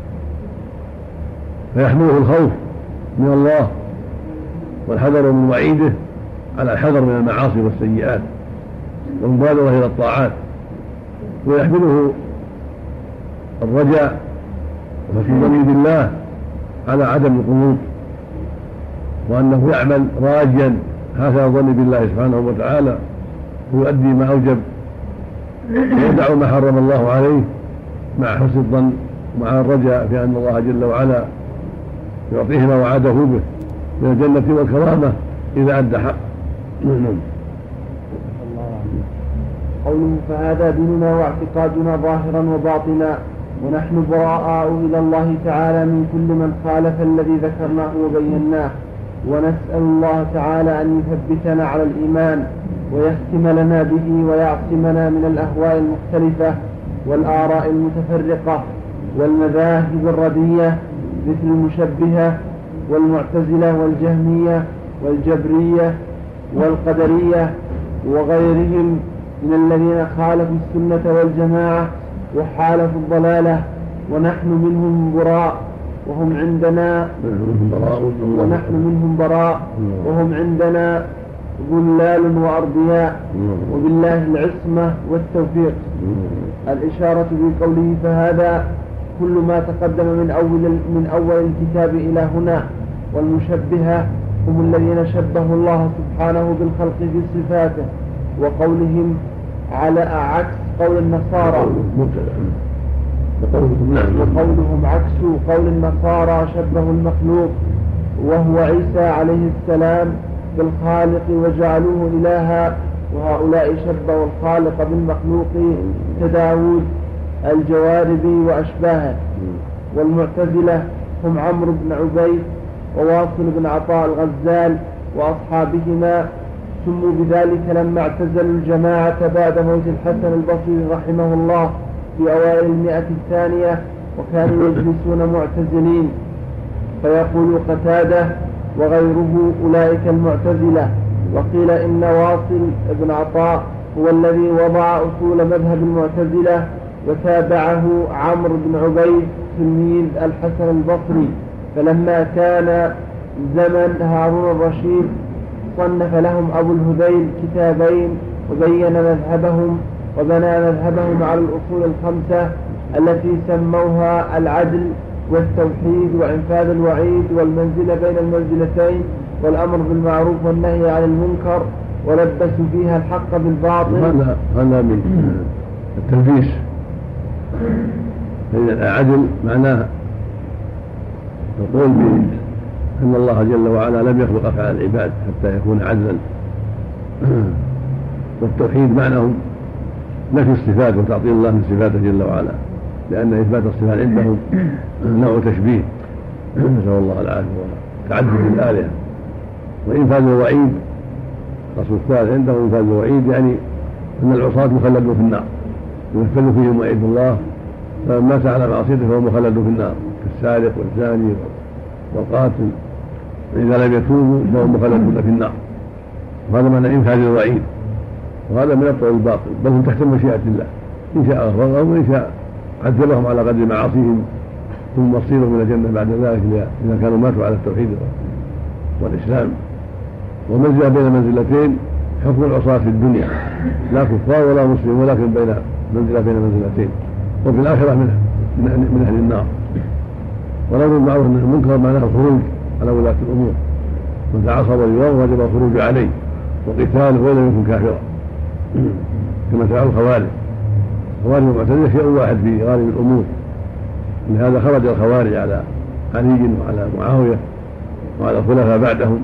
S2: فيحمله الخوف من الله والحذر من وعيده على الحذر من المعاصي والسيئات والمبادرة إلى الطاعات، ويحمله الرجاء وحسن الظن بالله على عدم القنوط، وأنه يعمل راجيا حسن الظن بالله سبحانه وتعالى ويؤدي ما أوجب ويدع ما حرم الله عليه مع حسن الظن ومع الرجاء في أن الله جل وعلا يعطيه ما وعده به من الجنة والكرامة إذا أدى حق.
S1: قوله فهذا ديننا واعتقادنا ظاهرا وباطنا، ونحن براء إلى الله تعالى من كل من خالف الذي ذكرناه وبيناه، ونسأل الله تعالى أن يثبتنا على الإيمان ويختم لنا به ويعصمنا من الأهواء المختلفة والآراء المتفرقة والمذاهب الردية مثل المشبهة والمعتزلة والجهمية والجبرية والقدرية وغيرهم من الذين خالفوا السنة والجماعة وحالفوا الضلالة، ونحن منهم براء وهم عندنا ونحن منهم براء وهم عندنا ضلال وأرضياء، وبالله العصمة والتوفيق. الإشارة بقوله فهذا كل ما تقدم من أول من أول الكتاب إلى هنا. والمشبهة هم الذين شبهوا الله سبحانه بالخلق في صفاته، وقولهم على عكس قول النصارى وقولهم عكس قول النصارى شبهوا المخلوق وهو عيسى عليه السلام بالخالق وجعلوه إلها، وهؤلاء شبهوا الخالق بالمخلوق كداود الجواربي وأشباهه. والمعتزلة هم عمرو بن عبيد وواصل بن عطاء الغزال وأصحابهما، سموا بذلك لما اعتزلوا الجماعة بعد موت الحسن البصري رحمه الله في أوائل المئة الثانية، وكانوا يجلسون معتزلين. فيقول قتادة وغيره أولئك المعتزلة. وقيل إن واصل بن عطاء هو الذي وضع أصول مذهب المعتزلة، وتابعه عمرو بن عبيد تلميذ الحسن البصري. فلما كان زمن هارون الرشيد صنف لهم أبو الهذيل كتابين وبين مذهبهم وبنى مذهبهم على الأصول الخمسة التي سموها العدل والتوحيد وإنفاذ الوعيد والمنزلة بين المنزلتين والأمر بالمعروف والنهي عن المنكر، ولبسوا فيها الحق بالباطل.
S2: هذا هذا من التلبيس. العدل معناه يقول بأن الله جل وعلا لم يخلق أفعال العباد حتى يكون عدلا. والتوحيد معناه نفي الصفات وتعطيل الله من صفاته جل وعلا، لأن إثبات الصفات عندهم نوع تشبيه، نسأل الله العافية، وتعدد الآلهة. وإنفاذ الوعيد الأصل الثالث عندهم إنفاذ الوعيد، يعني أن العصاة مخلدون في النار، ينفذ فيهم وعيد الله، فمن مات على معصيته فهو مخلد في النار كالسارق والزاني والقاتل، وإذا لم يتوبوا فهم مخلدون في النار. وهذا معنى إنفاذ الوعيد، وهذا من الطول الباطل، بل هم تحت مشيئة الله، إن شاء غفرهم وإن شاء عذبهم على قدر معاصيهم، ثم مصيرهم إلى الجنة بعد ذلك إذا كانوا ماتوا على التوحيد والإسلام. ومنزلة بين منزلتين حكم العصاة في الدنيا، لا كفار ولا مسلم، ولكن بين منزلة بين منزلتين، وفي الآخرة من من أهل النار. والأمر بالمعروف والنهي عن المنكر معناه الخروج على ولاة الأمور، من تعصب اليوم وجب الخروج عليه وقتاله ولم يكن كافرا، كما فعل الخوارج. الخوارج والمعتزلة شيء واحد في غالب الأمور، لهذا خرج الخوارج على علي وعلى معاوية وعلى الخلفاء بعدهم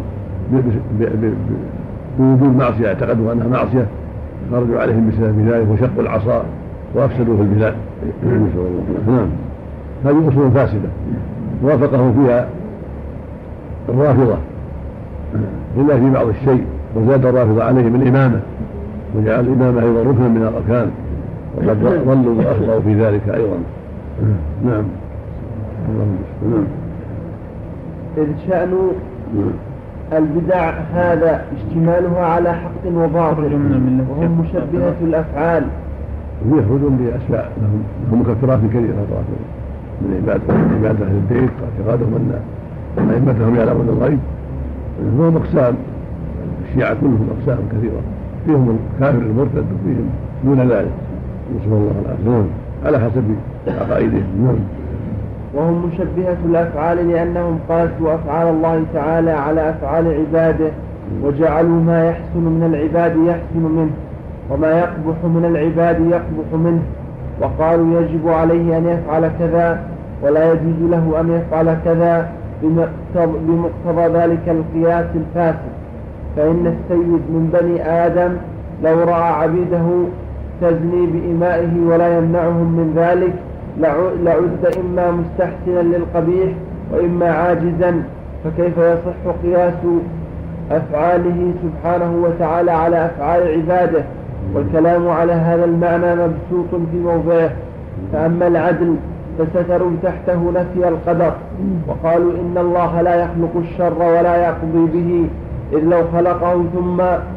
S2: بوجود معصية، اعتقدوا أنها معصية، خرجوا عليهم بسبب ذلك وشقوا العصا وأفسدوا في البلاد. نعم، هذه أصول فاسدة وافقهم فيها الرافضة إلا في بعض الشيء، وزاد الرافضة عليهم الإمامة، وجعل الإمامة أيضا ركنا من الأركان، وقد ضلوا وأخطأوا في ذلك أيضا. نعم. نعم.
S1: إذ شأن البدع هذا اشتمالها على حق وباطل، وهم مشبهة الأفعال،
S2: يخرجون بأشياء لهم مكفرات كثيرة من عبادة أهل البيت واعتقادهم أن أئمتهم يعلمون الغيب. وهم أقسام، الشيعة كلهم أقسام كثيرة، فيهم الكافر المرتد وفيهم دون ذلك، نسأل الله العافية، على حسب عقائدهم.
S1: وهم مشبهة الأفعال لأنهم قاسوا أفعال الله تعالى على أفعال عباده، وجعلوا ما يحسن من العباد يحسن منه، وما يقبح من العباد يقبح منه، وقالوا يجب عليه أن يفعل كذا ولا يجوز له أن يفعل كذا بمقتضى ذلك القياس الفاسد. فإن السيد من بني آدم لو رأى عبيده تزني بإمائه ولا يمنعهم من ذلك لعد إما مستحسنا للقبيح وإما عاجزا، فكيف يصح قياس أفعاله سبحانه وتعالى على أفعال عباده؟ والكلام على هذا المعنى مبسوط في موضعه. فأما العدل فستروا تحته نفي القدر، وقالوا إن الله لا يخلق الشر ولا يقضي به، إذ لو خلقه ثم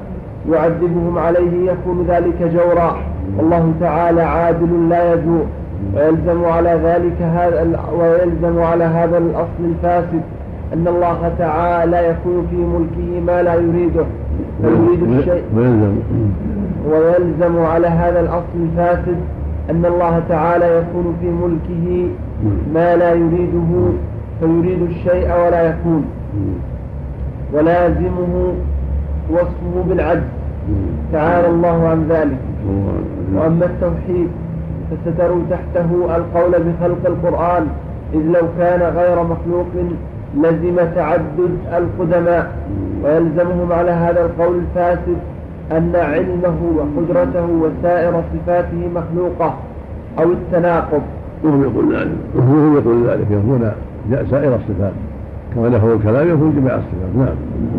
S1: يعذبهم عليه يكون ذلك جورا، والله تعالى عادل لا يجور. ويلزم على ذلك هذا ويلزم على هذا الأصل الفاسد أن الله تعالى يكون في ملكه ما لا يريده فيريد الشيء. ويلزم على هذا الأصل الفاسد أن الله تعالى يكون في ملكه ما لا يريده فيريد الشيء ولا يكون، ولازمه وصفه بالعجز تعالى الله عن ذلك. وأما التوحيد فستروا تحته القول بخلق القرآن، إذ لو كان غير مخلوق لزم تعدد القدماء. ويلزمهم على هذا القول الفاسد أن علمه وقدرته وسائر صفاته مخلوقة أو التناقض.
S2: وهم يقول ذلك وهم يقول ذلك يكون سائر الصفات كما له الكلام يكون جميع الصفات. نعم.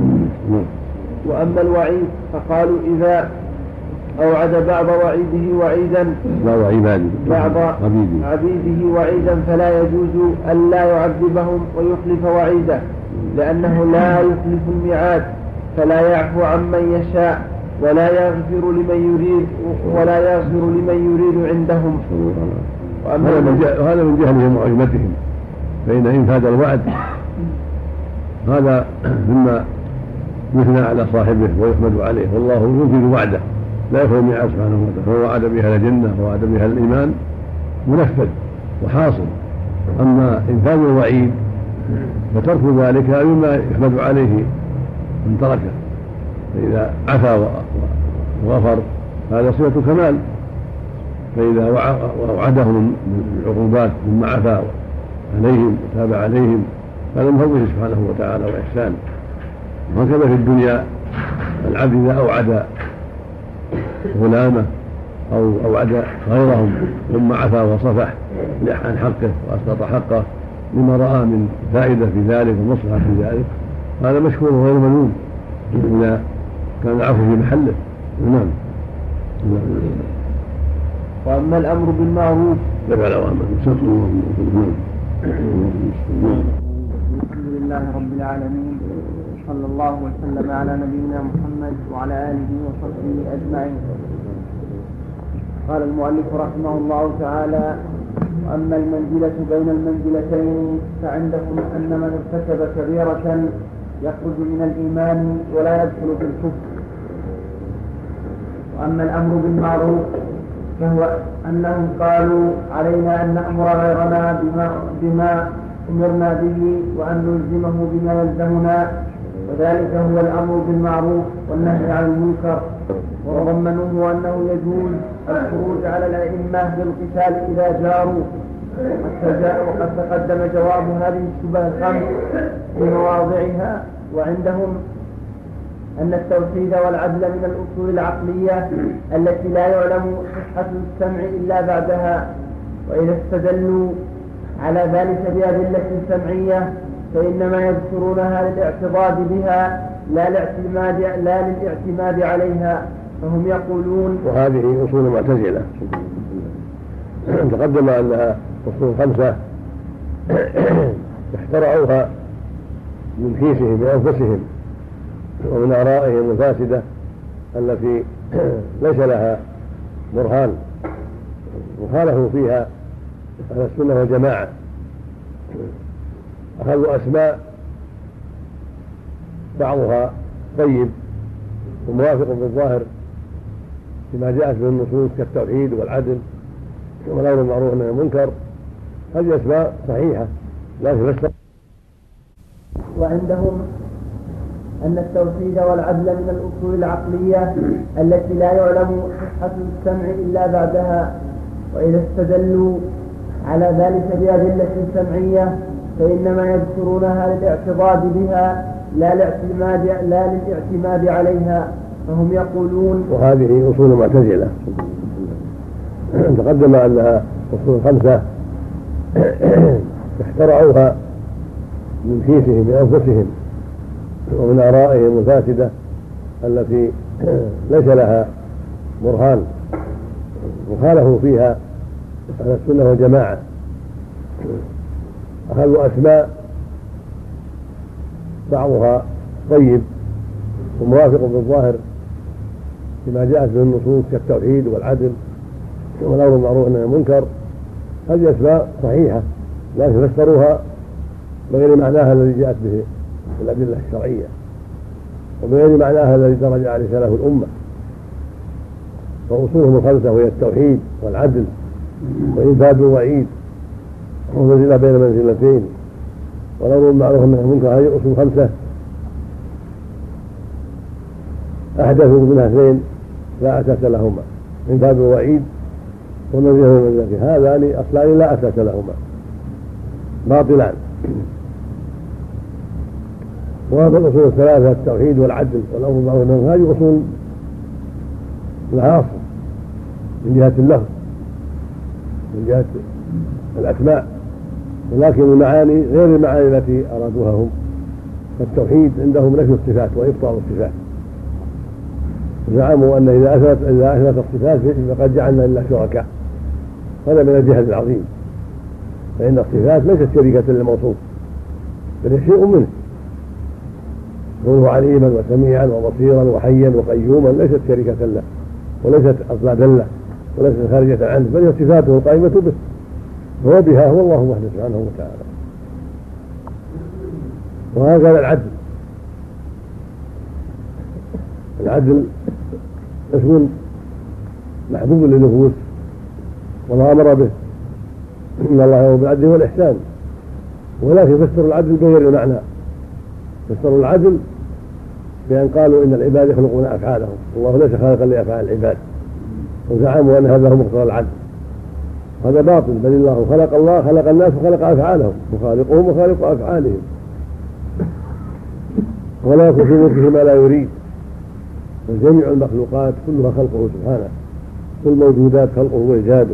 S1: وأما الوعيد فقالوا إذا أوعد بعض وعيده وعيدا
S2: بعض عباده
S1: بعض عبيده وعيدا فلا يجوز أن لا يعذبهم ويخلف وعيده، لأنه لا يخلف الميعاد، فلا يعفو عمن يشاء ولا يغفر لمن يريد ولا يغفر لمن يريد عندهم.
S2: وهذا من جهلهم وعجمتهم، فإن إنفاذ الوعد هذا مما يثنى على صاحبه ويحمد عليه، والله ينفذ وعده لا يخلو الميعاد سبحانه وتعالى، فهو وعد بها الجنة ووعد بها الإيمان منفذ وحاصل. أما إنفاذ الوعيد فترك ذلك مما يحمد عليه من تركه، فإذا عفا وغفر هذا صفة كمال، فإذا وعدهم بالعقوبات مما عفا عليهم وتاب عليهم هذا من فضله سبحانه وتعالى وإحسانه. وهكذا في الدنيا العبد إذا أوعد غلامه أو أوعد غيرهم ثم عفا وصفح عن حقه وأسقط حقه لما رأى من فائدة في ذلك ومصلحة في ذلك هذا مشكور وغير ملوم إذا كان العفو في محله. نعم.
S1: وأما الأمر بالمعروف
S2: يفعل أوامر.
S1: الحمد لله رب العالمين، صلى الله وسلم على نبينا محمد وعلى آله وصحبه أجمعين. قال المؤلف رحمه الله تعالى: وأما المنزلة بين المنزلتين فعندهم أن من ارتكب كبيرة يخرج من الإيمان ولا يدخل في الكفر. وأما الأمر بالمعروف فهو أنهم قالوا علينا أن نأمر غيرنا بما, بما أمرنا به وأن نلزمه بما يلزمنا، وذلك هو الأمر بالمعروف والنهي عن المنكر. وضمنوه أنه يجوز الخروج على الأئمة بالقتال إذا جاروا، وقد تقدم جواب هذه الشبهة الخمس في مواضعها. وعندهم أن التوحيد والعدل من الأصول العقلية التي لا يعلم صحة السمع إلا بعدها، وإذا استدلوا على ذلك بأدلة سمعية فإنما يذكرونها للاعتضاد بها لا الاعتماد لا للاعتماد عليها، فهم يقولون.
S2: وهذه أصول معتزلة تقدم أنها أصول خمسة اخترعوها من كيسهم بأنفسهم ومن آرائهم الفاسدة التي ليس لها برهان، وخالفوا فيها أهل السنة والجماعة. أخذوا أسماء بعضها طيب وموافق بالظاهر لما جاءت به النصوص كالتوحيد والعدل والأمر بالمعروف والنهي عن المنكر، هذه أسماء صحيحة لا تفسر.
S1: وعندهم أن التوحيد والعدل من الأصول العقلية التي لا يعلم صحة السمع إلا بعدها، وإذا استدلوا على ذلك بأدلة سمعية فإنما يذكرونها للاعتضاد بها لا الاعتماد لا للاعتماد عليها، فهم يقولون.
S2: وهذه أصول معتزلة تقدم أنها أصول خمسة اخترعوها من كيسهم بأنفسهم ومن آرائهم الفاسدة التي ليس لها برهان، وخالفوا فيها أهل السنة والجماعة. أخذوا أسماء بعضها طيب وموافق بالظاهر بما جاءت به النصوص كالتوحيد والعدل والأمر بالمعروف والنهي عن المنكر. هذه أسماء صحيحة لكن فسروها بغير معناها الذي جاءت به الأدلة الشرعية وبغير معناها الذي درج عليه سلف الأمة. فأصولهم الخمسة وهي التوحيد والعدل وإنفاذ الوعيد ومنزلة بين منزلتين والأمر بالمعروف والنهي عن المنكر. هذه أصول خمسة أحدثوا منها اثنين لا أساس لهما، إنفاذ الوعيد ومنزلة بين منزلتين، هذان أصلان لا أساس لهما باطلان. وهذه الأصول الثلاثة التوحيد والعدل والأمر بالمعروف والنهي عن المنكر هذه أصول لها أصل من جهة اللفظ من جهة الأسماء، ولكن المعاني غير المعاني التي أرادوها هم. فالتوحيد عندهم نفي الصفات وإبطال الصفات، زعموا أن إذا أثبت إذا أثبت الصفات فقد جعلنا لله شركاء، هذا من الجهل العظيم، فإن الصفات ليست شريكة للموصوف بل شيء منه، كونه عليما وسميعا وبصيرا وحيا وقيوما ليست شريكة له وليست أضدادا له وليست خارجة عنه، بل هي صفاته القائمة به هو بها هو الله وحده سبحانه وتعالى. وهكذا العدل العدل اسم محبوب للنفوس والله أمر به، إن الله يأمر بالعدل والإحسان، ولكن فسروا العدل بغير المعنى. فسروا العدل بأن قالوا إن العباد يخلقون أفعالهم والله ليس خالقا لأفعال العباد، وزعموا أن هذا هو مقتضى العدل. هذا باطل، بل الله خلق الله خلق الناس وخلق أفعالهم وخالقهم وخالق أفعالهم، ولا يكون في ملكه ما لا يريد. وجميع المخلوقات كلها خلقه سبحانه، كل الموجودات خلقه وإيجاده،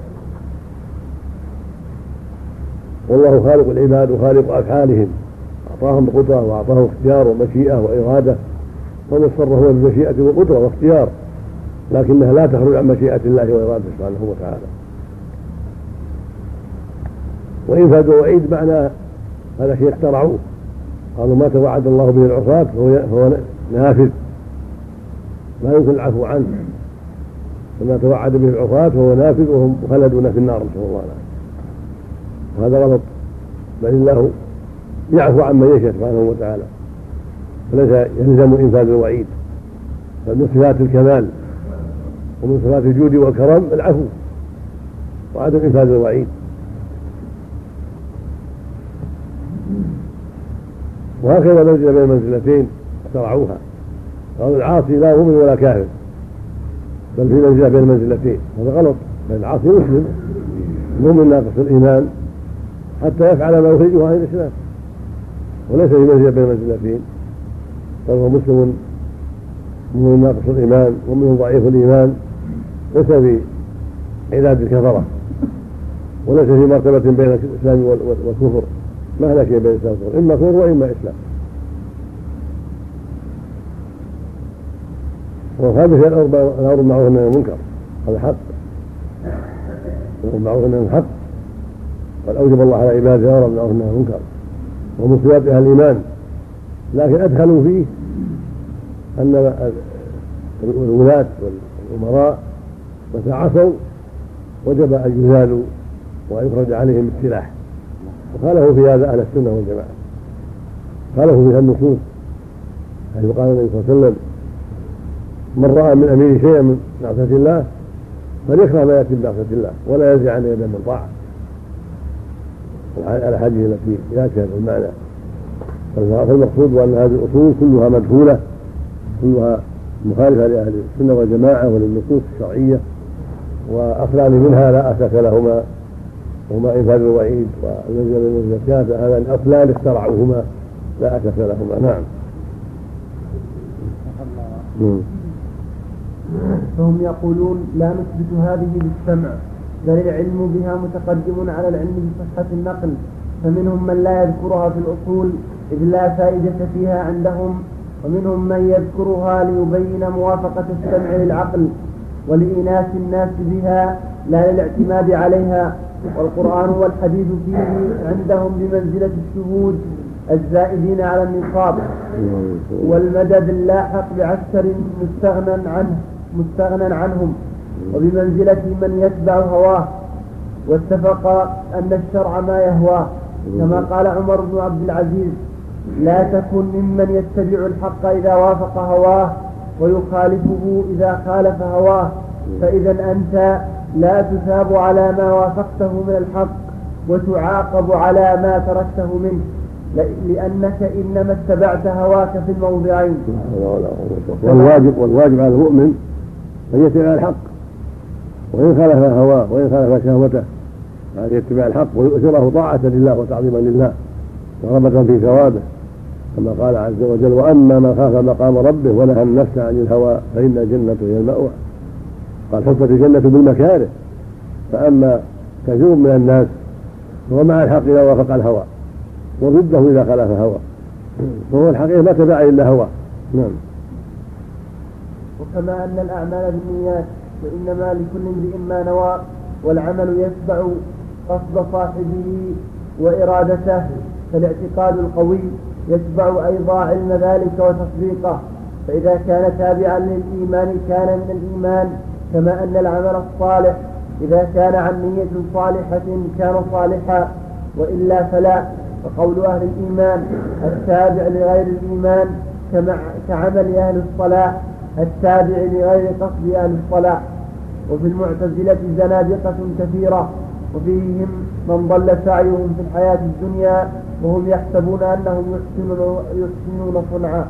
S2: والله خالق العباد وخالق أفعالهم، أعطاهم قدرة وأعطاهم اختيار ومشيئة وإرادة، فمصر هو المشيئة والقدرة واختيار، لكنها لا تخرج عن مشيئة الله وإرادته سبحانه وتعالى. وإنفاذ الوعيد معنى هذا شيء اخترعوه، قالوا ما توعد الله به العصاة فهو نافذ لا يمكن العفو عنه، وما توعد به العصاة فهو نافذ وهم خلدون في النار نسأل الله العافية. وهذا غلط، بل الله يعفو عن من يشاء سبحانه وتعالى، فليس يلزم إنفاذ الوعيد، بل من صفات الكمال ومن صفات الجود والكرم العفو وعدم إنفاذ الوعيد. وهكذا منزل بين منزلتين اخترعوها، قالوا العاصي لا مؤمن ولا كافر بل في منزلة بين منزلتين، هذا غلط، بل العاصي مسلم المؤمن ناقص الإيمان حتى يفعل ما يخرجه عن الإسلام، وليس في منزلة بين منزلتين، فهو مسلم مؤمن ناقص الإيمان ومؤمن ضعيف الإيمان، ليس في عداد الكفرة، وليس في مرتبة بين الإسلام والكفر، ما هناك شيء بين الإسلام والكفر، إما كفر وإما إسلام. وهذا الأمر بالمعروف والنهي عن المنكر هذا حق، الأمر بالمعروف والنهي عن الحق، قد أوجب الله على عباده الأمر بالمعروف والنهي عن المنكر ومن صفات أهل الإيمان، لكن أدخلوا فيه أن الولاة والأمراء متى عصوا وجب أن يزالوا وأن يخرج عليهم السلاح، وخالفوا في هذا أهل السنة والجماعة، خالفوا فيها النصوص، حيث قال النبي صلى الله عليه وسلم من رأى من أمير شيئا من معصية الله فليكره ما يأتي بمعصية الله ولا ينزع عن يدا من طاعة، على حديث التي يأتي هذا المعنى. فالمقصود أن هذه الأصول كلها مدخولة، كلها مخالفة لأهل السنة والجماعة وللنصوص الشرعية، وأصلان منها لا أساس لهما، وهما إنفاذ الوعيد والنزل من الزكاة، هذان أصلان اخترعوهما لا أساس لهما. نعم.
S1: فهم يقولون لا نثبت هذه بالسمع، بل العلم بها متقدم على العلم بصحة النقل، فمنهم من لا يذكرها في الأصول إذ لا فائدة فيها عندهم، ومنهم من يذكرها ليبين موافقة السمع للعقل ولإناس الناس بها لا للاعتماد عليها. والقرآن والحديث فيه عندهم بمنزلة الشهود الزائدين على النصاب والمدد اللاحق بعسكر مستغنى عنه مستغنى عنهم وبمنزلة من يتبع هواه، واتفق أن الشرع ما يهواه، كما قال عمر بن عبد العزيز: لا تكن ممن يتبع الحق إذا وافق هواه ويخالفه إذا خالف هواه، فإذا أنت لا تثاب على ما وافقته من الحق وتعاقب على ما تركته منه، لأنك إنما اتبعت هواك في الموضعين.
S2: والواجب, والواجب على المؤمن أن يتبع الحق وإن خالف هواه وإن خالف شهوته، أن يتبع الحق ويؤثره طاعة لله وتعظيما لله ورغبة في ثوابه، كما قال عز وجل: وأما من خاف مقام ربه ونهى النفس عن الهوى فإن الجنة هي المأوى. قال: حفت الجنة بالمكاره. فأما كثير من الناس هو مع الحق إذا وافق الهوى وضده إذا خالف هوى، وهو الحقيقة ما تبع إلا هوى. نعم.
S1: وكما أن الأعمال بالنيات وإنما لكل امرئ ما نوى، والعمل يتبع قصد صاحبه وإرادته، فالاعتقاد القوي يتبع أيضا علم ذلك وتصديقه، فإذا كان تابعا للإيمان كان من الإيمان، كما أن العمل الصالح إذا كان عن نية صالحة كان صالحا، وإلا فلا. فقول أهل الإيمان التابع لغير الإيمان كعمل أهل الصلاح التابع لغير قصد أهل الصلاح. وفي المعتزلة زنادقة كثيرة، وفيهم من ضل سعيهم في الحياة الدنيا وهم يحسبون أنهم يحسنون, يحسنون صنعا.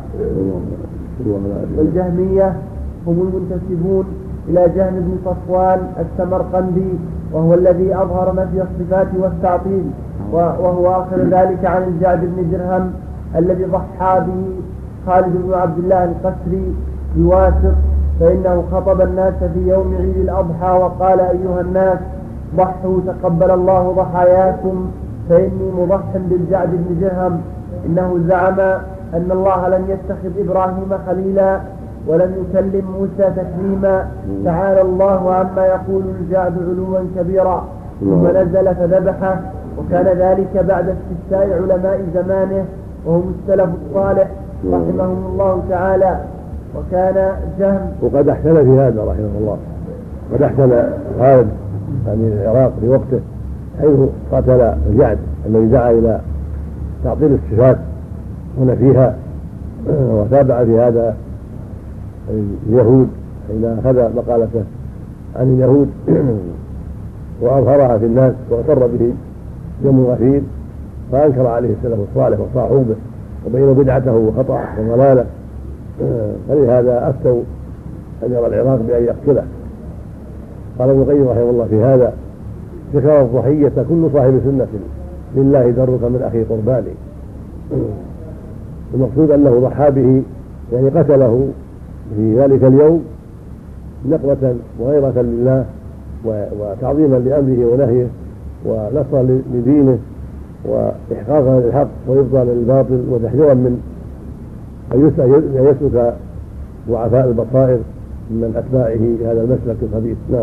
S1: والجهمية هم المنتسبون إلى جهم بن صفوان السمرقندي، وهو الذي أظهر نفي الصفات والتعطيل، وهو آخر ذلك عن الجعد بن درهم الذي ضحى به خالد بن عبد الله القسري بواسط، فإنه خطب الناس في يوم عيد الأضحى وقال: أيها الناس ضحوا تقبل الله ضحاياكم، فإني مضح بالجعد بن درهم. إنه زعم أن الله لم يتخذ إبراهيم خليلا ولم يكلم موسى تكليما، تعالى الله عما يقول الجعد علوا كبيرا. ثم نزل فذبحه، وكان ذلك بعد استفتاء علماء زمانه وهم السلف الصالح رحمهم الله تعالى. وكان جهم
S2: وقد احسن في هذا رحمه الله، قد احسن خالد يعني العراق في وقته، حيث قتل الجعد الذي دعا إلى تعطيل الصفات ونفيها، وتابع في هذا اليهود حين أخذ مقالته عن اليهود وأظهرها في الناس وأقر به يوم غفير، فأنكر عليه السلف الصالح وصاحوا به وبينوا بدعته وخطأه وضلاله، فلهذا أفتوا أن يرى العراق بأن يقتله. قال ابن القيم رحمه الله في هذا: ذكر الضحية كل صاحب سنة لله درك من أخي قرباني. المقصود أنه ضحى به يعني قتله في ذلك اليوم نقمة وغيرة لله وتعظيما لأمره ونهيه ونصرا لدينه وإحقاقا للحق وإبطالا للباطل وتحذيرا من أن يسلك ضعفاء البصائر من أتباعه هذا المسلك الخبيث. نعم.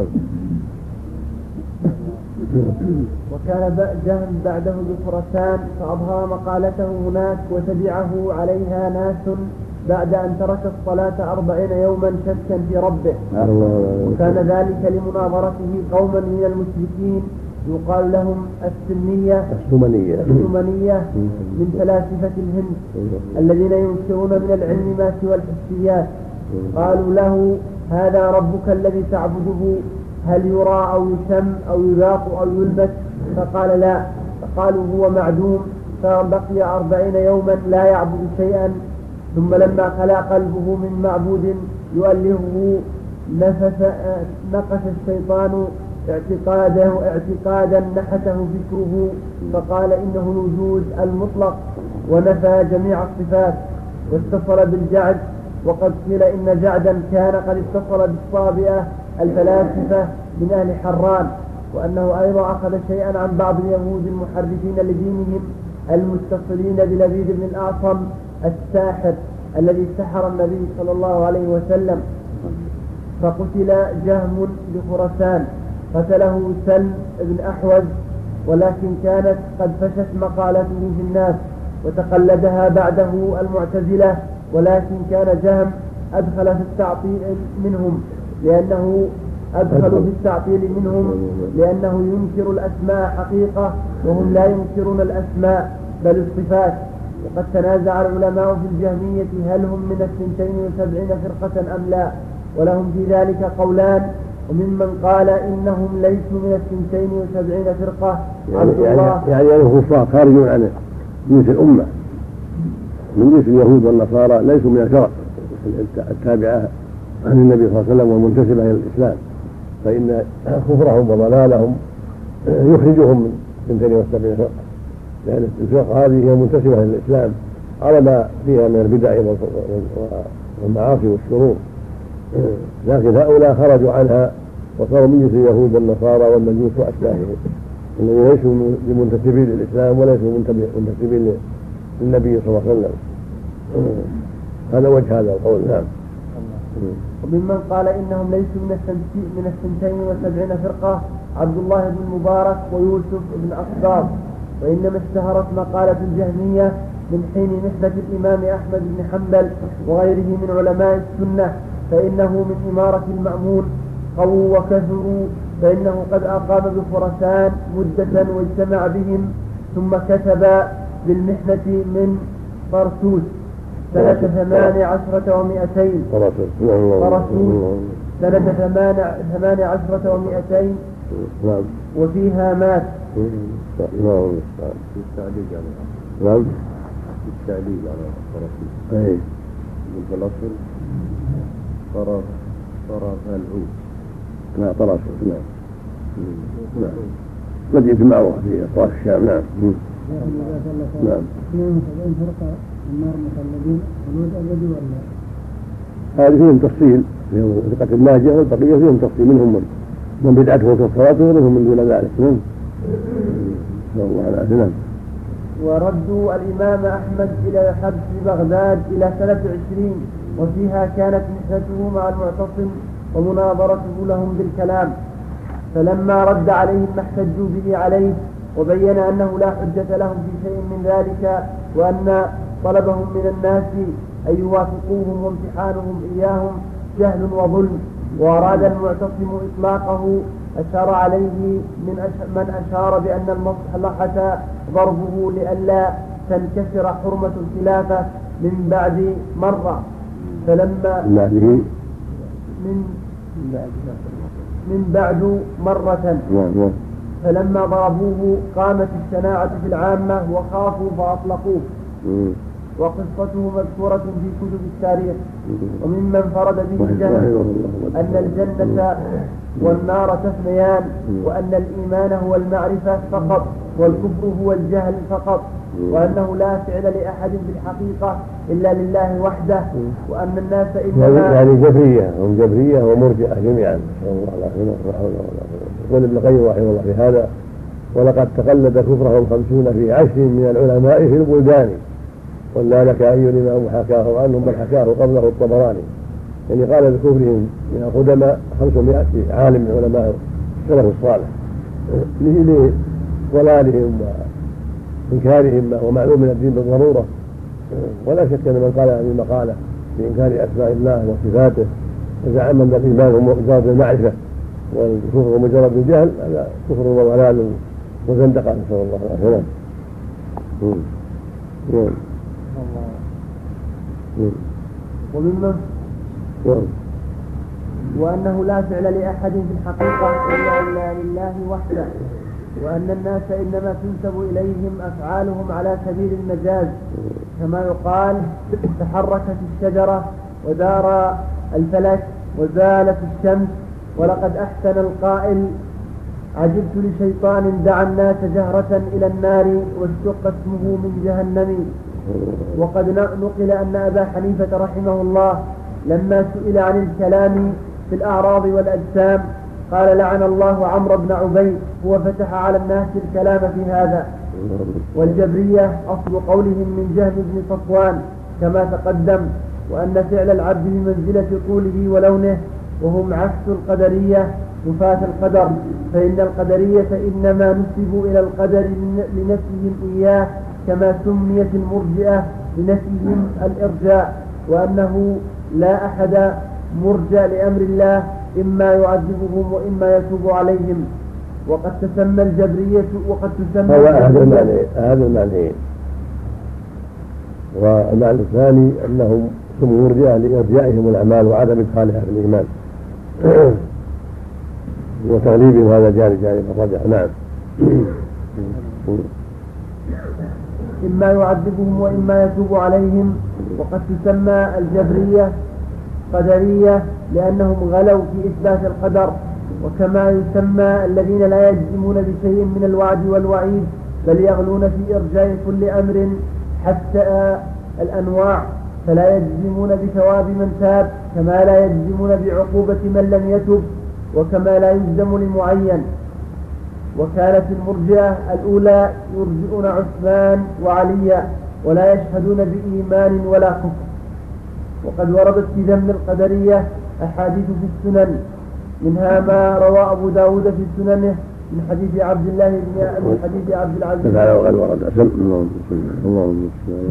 S1: وكان جهم بعده بخراسان فأظهر مقالته هناك وتبعه عليها ناس بعد أن ترك الصلاة أربعين يوما شكا في ربه، وكان ذلك لمناظرته قوما من المشركين يقال لهم السنية السمنية من فلاسفة الهند الذين ينكرون من العلم ما سوى الحسيات. قالوا له: هذا ربك الذي تعبده، هل يرى أو يشم أو يذاق أو يلمس؟ فقال: لا. فقالوا: هو معدوم. فبقي أربعين يوما لا يعبد شيئا، ثم لما خلا قلبه من معبود يؤلهه نفس نقش الشيطان اعتقاده اعتقادا نحته فكره، فقال إنه الوجود المطلق ونفى جميع الصفات واتصل بالجعد. وقد قيل إن جعدا كان قد اتصل بالصابئة الفلاسفة من أهل حران، وأنه أيضا أخذ شيئا عن بعض اليهود المحرفين لدينهم المتصلين بلبيد بن الأعصم الساحر الذي سحر النبي صلى الله عليه وسلم. فقتل جهم بخراسان، قتله سلم بن أحوز، ولكن كانت قد فشت مقالته في الناس وتقلدها بعده المعتزلة، ولكن كان جهم أدخل في التعطيل منهم لأنه أدخل في التعطيل منهم، لأنه ينكر الأسماء حقيقة وهم لا ينكرون الأسماء بل الصفات. وقد تنازع العلماء في الجهمية هل هم من الثنتين وسبعين فرقة أم لا، ولهم في ذلك قولان. وممن قال إنهم ليسوا من الثنتين وسبعين فرقة عبد الله
S2: يعني يعني الكفار خارجون عن جنس الأمة من جنس اليهود والنصارى، ليسوا من الفرق التابعة عن النبي صلى الله عليه وسلم والمنتسبة إلى الإسلام، فإن كفرهم وضلالهم يخرجهم من اثنتين وسبعين فرقة، لأن الفرق هذه هي منتسبة إلى الإسلام على ما فيها من البدع والمعاصي والشرور، لكن هؤلاء خرجوا عنها وصاروا من جنس اليهود والنصارى والمجوس وأشباههم، الذين ليسوا منتسبين للإسلام وليسوا منتسبين للنبي صلى الله عليه وسلم. هذا وجه هذا القول. نعم.
S1: وممن قال إنهم ليسوا من الثنتين وسبعين فرقة عبد الله بن المبارك ويوسف بن أصدار. وإنما اشتهرت مقالة الجهمية من حين نسبة الإمام أحمد بن حنبل وغيره من علماء السنة، فإنه من إمارة المأمون قووا وكثروا، فإنه قد أقام بخراسان مدة واجتمع بهم، ثم كتب بالمحنة من طرسوس سنة ثمان عشرة ومئتين طرسوس سنة ثمان عشرة ومئتين وفيها مات.
S2: نعم.
S6: بالتعليق على
S2: نعم.
S6: بالتعليق على طرسوس.
S2: أي.
S6: من الأصل طرف طرف العود.
S2: لا طرسوس. نعم. نعم. قد يجمعوها في أطراف الشام. نعم. نعم.
S4: اثنين وسبعين فرقة النار مخلدين خلود أبدي ولا؟
S2: هذه فيهم تفصيل، فيهم ثقة الناجية والبقية فيهم تفصيل، منهم من من بدعته وكفاراته ومنهم من دون ذلك. نعم. الله على نعم.
S1: وردوا الإمام أحمد إلى حبس بغداد إلى سنة عشرين، وفيها كانت محنته مع المعتصم ومناظرته لهم بالكلام، فلما رد عليهم ما احتجوا به عليه وبين أنه لا حجة لهم في شيء من ذلك، وأن طلبهم من الناس أن يوافقوهم وامتحانهم إياهم جهل وظلم، وأراد المعتصم إطلاقه أشار عليه من, أش... من أشار بأن المصلحة ضربه لئلا تنكسر حرمة الخلافة من بعد مرة، فلما من من بعد مرة فلما ضربوه قامت الشناعة في العامة وخافوا فأطلقوه، وقصته مذكورة في كتب التاريخ. وممن فرد به الجنة أن الجنة والنار تفنيان، وأن الإيمان هو المعرفة فقط والكفر هو الجهل فقط، وأنه لا فعل لأحد بالحقيقة إلا لله وحده، وأن الناس إنما
S2: يعني جبرية هم جبرية ومرجئة جميعا. يقول ابن القيم رحمه الله في هذا: ولقد تقلد كفرهم خمسون في عشر من العلماء في البلدان، ولا لك أي الإمام حكاه عنهم بل حكاه قبله الطبراني. يعني قال بكفرهم من القدماء خمسمائة عالم من علماء السلف الصالح لضلالهم وإنكارهم ما هو معلوم من الدين بالضرورة. ولا شك أن من قال هذه المقالة بإنكار أسماء الله وصفاته وزعم أن الإيمان هو مجرد المعرفة والكفر هو مجرد الجهل، هذا كفر وضلال وزندقة، نسأل الله العافية.
S1: ومما وأنه لا فعل لأحد في الحقيقة إلا لله وحده، وأن الناس إنما تنسب إليهم أفعالهم على سبيل المجاز، كما يقال تحركت الشجرة ودار الفلك وزالت الشمس. ولقد أحسن القائل: عجبت لشيطان دعا الناس جهرة إلى النار واشتق اسمه من جهنم. وقد نقل أن أبا حنيفة رحمه الله لما سئل عن الكلام في الأعراض والأجسام قال: لعن الله عمرو بن عبيد، هو فتح على الناس الكلام في هذا. والجبرية أصل قولهم من جهم بن صفوان كما تقدم، وأن فعل العبد بمنزلة طوله ولونه، وهم عكس القدرية نفاة القدر، فإن القدرية إنما نسبوا إلى القدر لنفيهم إياه، كما سميت المرجئة لنفيهم الإرجاء، وأنه لا أحد مرجى لأمر الله إما يعذبهم وإما يتوب عليهم. وقد تسمى الجبرية وقد تسمى
S2: هذا هذا المعنى هذا المعنى والمعنى الثاني أنهم سموا مرجئة لإرجائهم الأعمال وعدم إدخالها في الإيمان وتغليبهم هذا جاري جاري الرجع. نعم.
S1: إما يعذبهم وإما يتوب عليهم. وقد تسمى الجبرية قدرية لأنهم غلوا في إثبات القدر، وكما يسمى الذين لا يجزمون بشيء من الوعد والوعيد بل يغلون في إرجاء كل أمر حتى الأنواع، فلا يجزمون بثواب من تاب كما لا يجزمون بعقوبة من لم يتب، وكما لا يجزم لمعين. وكانت المرجئة الأولى يرجئون عثمان وعليا ولا يشهدون بإيمان ولا كفر. وقد وردت في ذم القدرية أحاديث في السنن، منها ما روى أبو داود في سننه من حديث عبد الله بن من حديث عبد العزيز.
S2: تعالى وقد ورد اللهم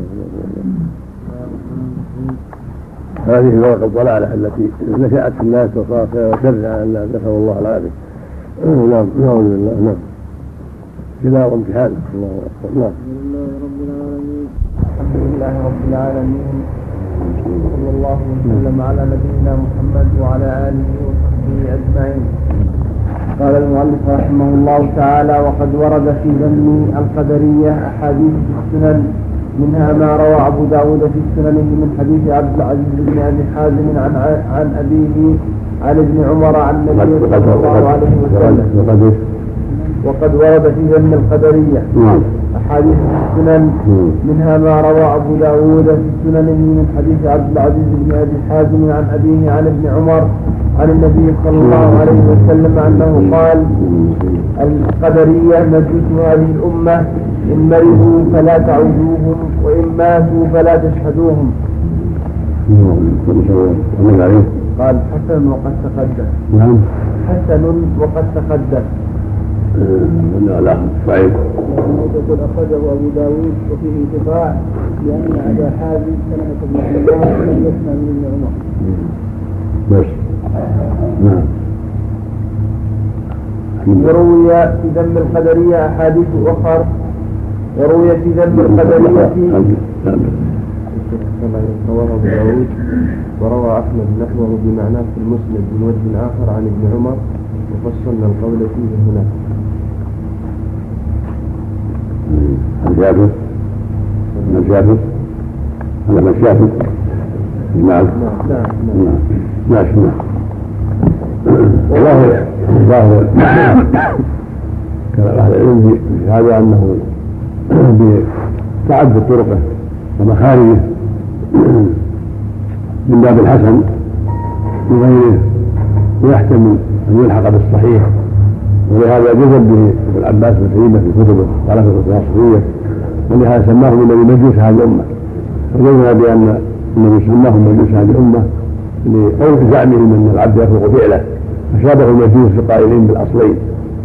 S2: هذه فرق الضلالة التي نشأت في الناس وصارت وشر على الناس، نسأل الله العافية. نعم نعوذ بالله. نعم ابتلاء وامتحان. الله أكبر. نعم.
S1: الحمد لله رب العالمين، صلى الله وسلم على نبينا محمد وعلى آله وصحبه أجمعين. قال المؤلف رحمه الله تعالى: وقد ورد في ذم القدرية أحاديث في السنن، منها ما روى أبو داود في سننه من حديث عبد العزيز بن أبي حازم عن عن أبيه عن ابن عمر عن النبي صلى الله عليه وسلم. وقد ورد في ذم القدرية أحاديث في السنن، منها ما روى أبو داود في سننه من حديث عبد العزيز بن أبي حازم عن أبيه عن ابن عمر عن النبي صلى الله عليه وسلم أنه قال: القدرية مجوس هذه الأمة، إن مرضوا فلا تعودوهم وإن ماتوا فلا تشهدوهم. قال: حسن وقد تقدم.
S2: نعم
S1: حسن وقد تقدم.
S2: لا صحيح.
S4: يقول أخرجه أبو داود وفيه انتفاع لأن أبا حازم سلمة بن عبد الله لم يسمع من ابن عمر.
S2: بس. نعم.
S1: وروي في ذم القدرية أحاديث أخرى. وروي في ذم القدرية
S6: كما رواه أبو داود وروى أحمد نحوه بمعناه في المسند من وجه آخر عن ابن عمر، وفصلنا القول فيه هنا.
S2: الجابر الجابر هذا من شافي. نعم نعم نعم ظاهر ظاهر كلام أهل العلم في هذا أنه بتعدد طرقه ومخارجه من باب الحسن وغيره، ويحتمل أن يلحق بالصحيح، ولهذا جزم به ابن العباس بن تيمية في كتبه قال الصحيح، ولهذا سماهم النبي مجوس هذه الأمة. وجدنا بأن النبي سماهم مجوس هذه الأمة لقول زعمهم أن العبد يخلق فعله، فشابه المجوس القائلين بالأصلين.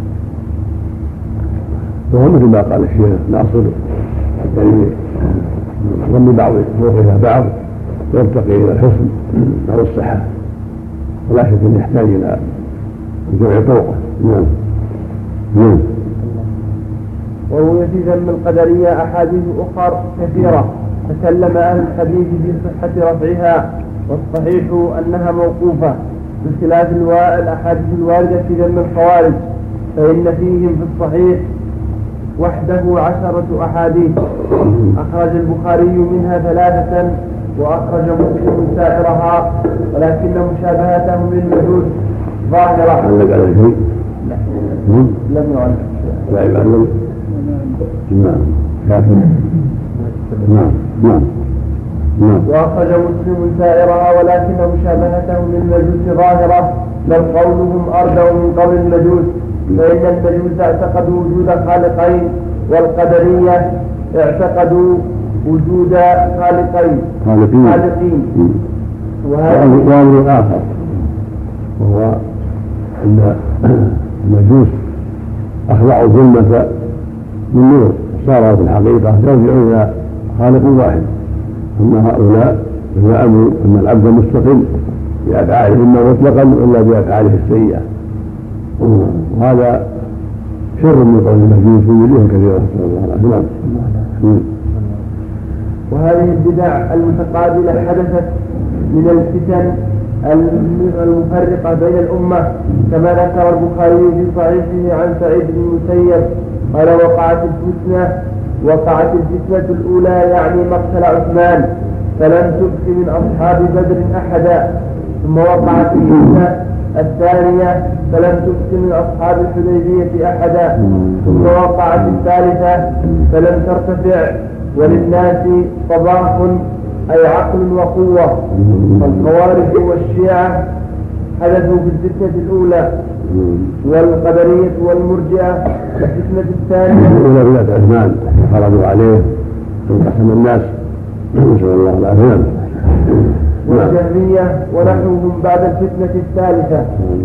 S2: وهو مثل ما قال الشيخ الأصل يعني ضم بعض الفروق إلى بعض ويرتقي إلى الحسن أو الصحة، ولا شك أن يحتاج إلى جمع طرقه. نعم نعم.
S1: وروي في ذم القدرية أحاديث أخرى كثيرة تكلم أهل الحديث بصحة رفعها، والصحيح أنها موقوفة، بخلاف الأحاديث الواردة في ذم الخوارج، فإن فيهم في الصحيح وحده عشرة أحاديث، أخرج البخاري منها ثلاثة وأخرج مسلم سائرها، ولكن مشابهتهم للمجوس ظاهرة.
S2: علق على شيء؟
S1: لم يعلق.
S2: لا يعلق. نعم كافر. نعم نعم نعم.
S1: وأخرج مسلم سائرها، ولكن مشابهتهم للمجوس ظاهرة، بل قولهم أردوا من قول المجوس، فإن المجوس اعتقدوا وجود خالقين، والقدرية اعتقدوا وجود خالقين خالقين.
S2: وهذا أمر آخر، وهو أن المجوس أخلعوا ظلمة من نور، صار في الحقيقة يرجعون إلى خالق واحد. أما هؤلاء زعموا أن العبد مستقل بأفعاله إما مطلقا إلا بأفعاله السيئة، وهذا شر من قول المهدي في وجوه كثيرة نسأل الله العافية.
S1: وهذه البدع المتقابلة حدثت من الفتن المفرقة بين الأمة، كما ذكر البخاري في صحيحه عن سعيد بن المسيب قال وقعت الفتنة وقعت الفتنة الأولى يعني مقتل عثمان فلم تبق من أصحاب بدر أحدا، ثم وقعت الفتنة الثانية فلم تبق من أصحاب الحديبية أحدا، ثم وقعت الثالثة فلم ترتفع وللناس طباخ أي عقل وقوة. فالخوارج والشيعة حدثوا في الفتنة الأولى، والقدرية والمرجئة في الفتنة الثانية.
S2: الأولى بذات عثمان خرجوا عليه وانقسم الناس نسأل الله العافية.
S1: والجهمية ونحوهم بعد الفتنة الثالثة.